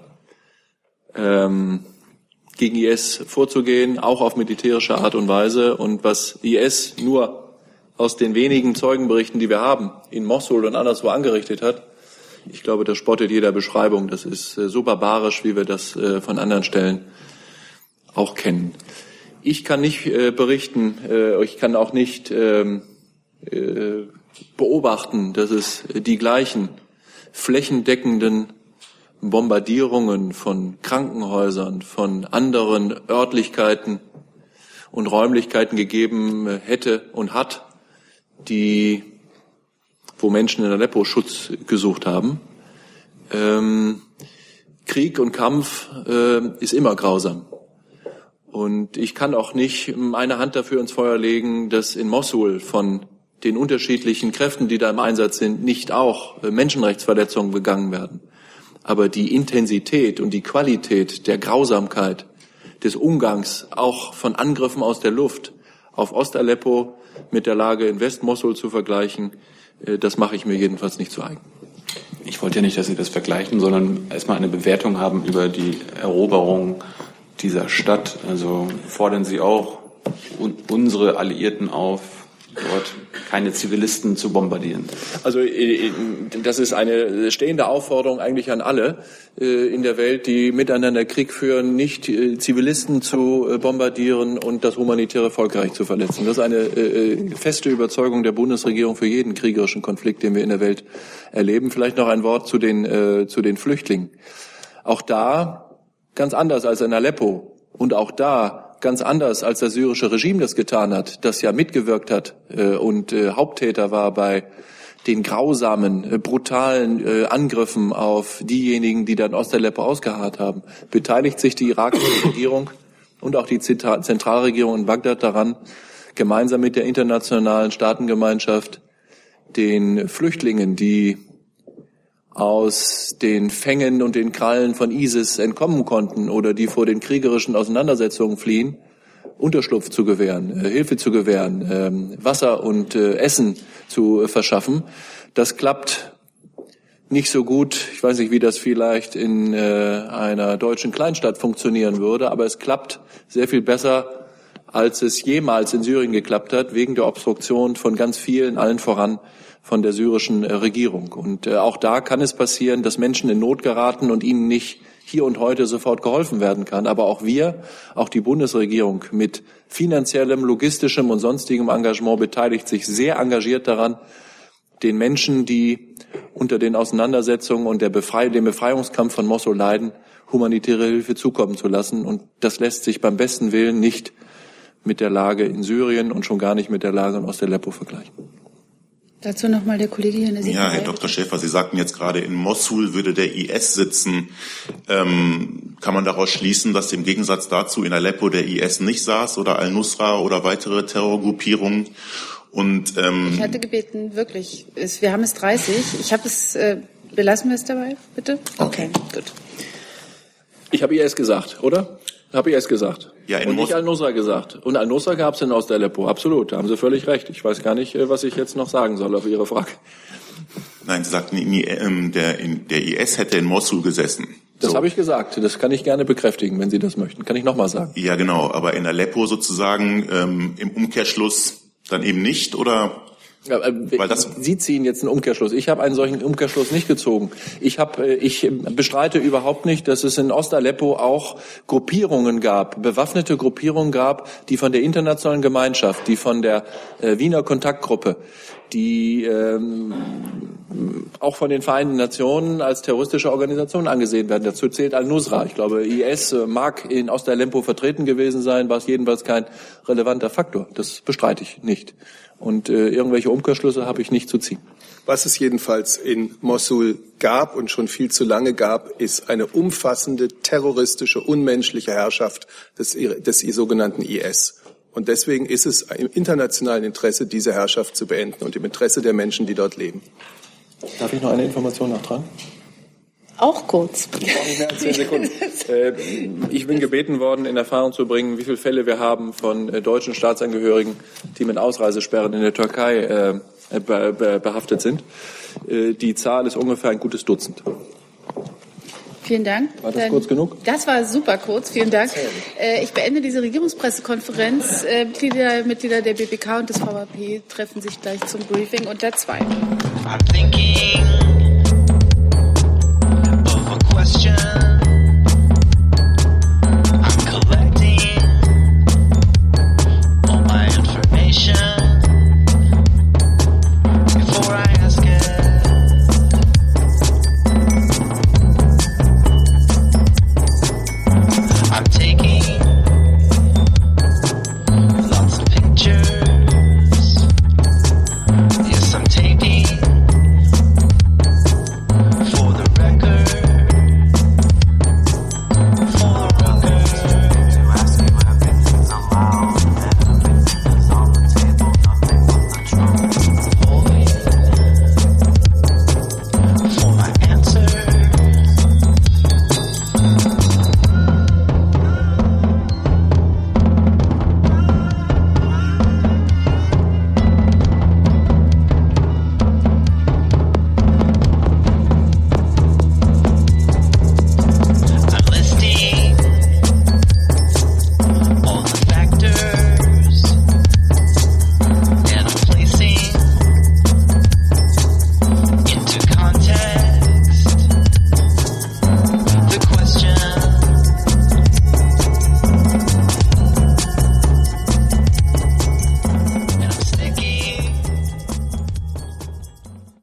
ähm, gegen I S vorzugehen, auch auf militärische Art und Weise. Und was I S nur aus den wenigen Zeugenberichten, die wir haben, in Mossul und anderswo angerichtet hat, ich glaube, das spottet jeder Beschreibung. Das ist äh, so barbarisch, wie wir das äh, von anderen Stellen auch kennen. Ich kann nicht äh, berichten, äh, ich kann auch nicht ähm, äh, beobachten, dass es die gleichen flächendeckenden Bombardierungen von Krankenhäusern, von anderen Örtlichkeiten und Räumlichkeiten gegeben hätte und hat, die, wo Menschen in Aleppo Schutz gesucht haben. Ähm, Krieg und Kampf äh, ist immer grausam. Und ich kann auch nicht meine Hand dafür ins Feuer legen, dass in Mossul von den unterschiedlichen Kräften, die da im Einsatz sind, nicht auch Menschenrechtsverletzungen begangen werden. Aber die Intensität und die Qualität der Grausamkeit des Umgangs, auch von Angriffen aus der Luft auf Ost-Aleppo mit der Lage in West-Mossul zu vergleichen, das mache ich mir jedenfalls nicht zu eigen. Ich wollte ja nicht, dass Sie das vergleichen, sondern erstmal eine Bewertung haben über die Eroberung dieser Stadt. Also fordern Sie auch unsere Alliierten auf, dort keine Zivilisten zu bombardieren? Also das ist eine stehende Aufforderung eigentlich an alle in der Welt, die miteinander Krieg führen, nicht Zivilisten zu bombardieren und das humanitäre Völkerrecht zu verletzen. Das ist eine feste Überzeugung der Bundesregierung für jeden kriegerischen Konflikt, den wir in der Welt erleben. Vielleicht noch ein Wort zu den, zu den Flüchtlingen. Auch da, ganz anders als in Aleppo und auch da, ganz anders als das syrische Regime das getan hat, das ja mitgewirkt hat äh, und äh, Haupttäter war bei den grausamen, äh, brutalen äh, Angriffen auf diejenigen, die dann Ost-Aleppo ausgeharrt haben, beteiligt sich die irakische Regierung und auch die Zentralregierung in Bagdad daran, gemeinsam mit der internationalen Staatengemeinschaft den Flüchtlingen, die aus den Fängen und den Krallen von ISIS entkommen konnten oder die vor den kriegerischen Auseinandersetzungen fliehen, Unterschlupf zu gewähren, äh, Hilfe zu gewähren, äh, Wasser und äh, Essen zu äh, verschaffen. Das klappt nicht so gut. Ich weiß nicht, wie das vielleicht in äh, einer deutschen Kleinstadt funktionieren würde, aber es klappt sehr viel besser, als es jemals in Syrien geklappt hat, wegen der Obstruktion von ganz vielen, allen voran von der syrischen Regierung. Und äh, auch da kann es passieren, dass Menschen in Not geraten und ihnen nicht hier und heute sofort geholfen werden kann. Aber auch wir, auch die Bundesregierung mit finanziellem, logistischem und sonstigem Engagement beteiligt sich sehr engagiert daran, den Menschen, die unter den Auseinandersetzungen und der Befrei- dem Befreiungskampf von Mossul leiden, humanitäre Hilfe zukommen zu lassen. Und das lässt sich beim besten Willen nicht mit der Lage in Syrien und schon gar nicht mit der Lage in Ost-Aleppo vergleichen. Dazu nochmal der Kollege hier in der Ja, Herr Doktor Schäfer, Sie sagten jetzt gerade, in Mossul würde der I S sitzen. Ähm, kann man daraus schließen, dass im Gegensatz dazu in Aleppo der I S nicht saß oder Al-Nusra oder weitere Terrorgruppierungen? Und ähm, ich hatte gebeten, wirklich, es, wir haben es dreißig. Ich habe es, äh, belassen wir es dabei, bitte? Okay, gut. Ich habe I S gesagt, oder? Habe ich erst gesagt. Ja, in und nicht Mos- Al-Nusra gesagt. Und Al-Nusra gab es in Ost-Aleppo. Absolut, da haben Sie völlig recht. Ich weiß gar nicht, was ich jetzt noch sagen soll auf Ihre Frage. Nein, Sie sagten, der, der I S hätte in Mosul gesessen. Das so. habe ich gesagt. Das kann ich gerne bekräftigen, wenn Sie das möchten. Kann ich nochmal sagen. Ja, genau. Aber in Aleppo sozusagen ähm, im Umkehrschluss dann eben nicht, oder? Ja, äh, Weil das Sie ziehen jetzt einen Umkehrschluss. Ich habe einen solchen Umkehrschluss nicht gezogen. Ich, hab, ich bestreite überhaupt nicht, dass es in Ost-Aleppo auch Gruppierungen gab, bewaffnete Gruppierungen gab, die von der internationalen Gemeinschaft, die von der äh, Wiener Kontaktgruppe, die ähm, auch von den Vereinten Nationen als terroristische Organisation angesehen werden. Dazu zählt Al-Nusra. Ich glaube, I S mag in Ost-Aleppo vertreten gewesen sein, war es jedenfalls kein relevanter Faktor. Das bestreite ich nicht. Und äh, irgendwelche Umkehrschlüsse habe ich nicht zu ziehen. Was es jedenfalls in Mosul gab und schon viel zu lange gab, ist eine umfassende, terroristische, unmenschliche Herrschaft des, des sogenannten I S. Und deswegen ist es im internationalen Interesse, diese Herrschaft zu beenden und im Interesse der Menschen, die dort leben. Darf ich noch eine Information nachtragen? Auch kurz. Nicht mehr als zehn Sekunden. äh, ich bin gebeten worden, in Erfahrung zu bringen, wie viele Fälle wir haben von äh, deutschen Staatsangehörigen, die mit Ausreisesperren in der Türkei äh, be- be- behaftet sind. Äh, die Zahl ist ungefähr ein gutes Dutzend. Vielen Dank. War das Dann, kurz genug? Das war super kurz. Vielen Dank. Äh, ich beende diese Regierungspressekonferenz. Äh, Mitglieder, Mitglieder der B P K und des V W P treffen sich gleich zum Briefing unter zwei.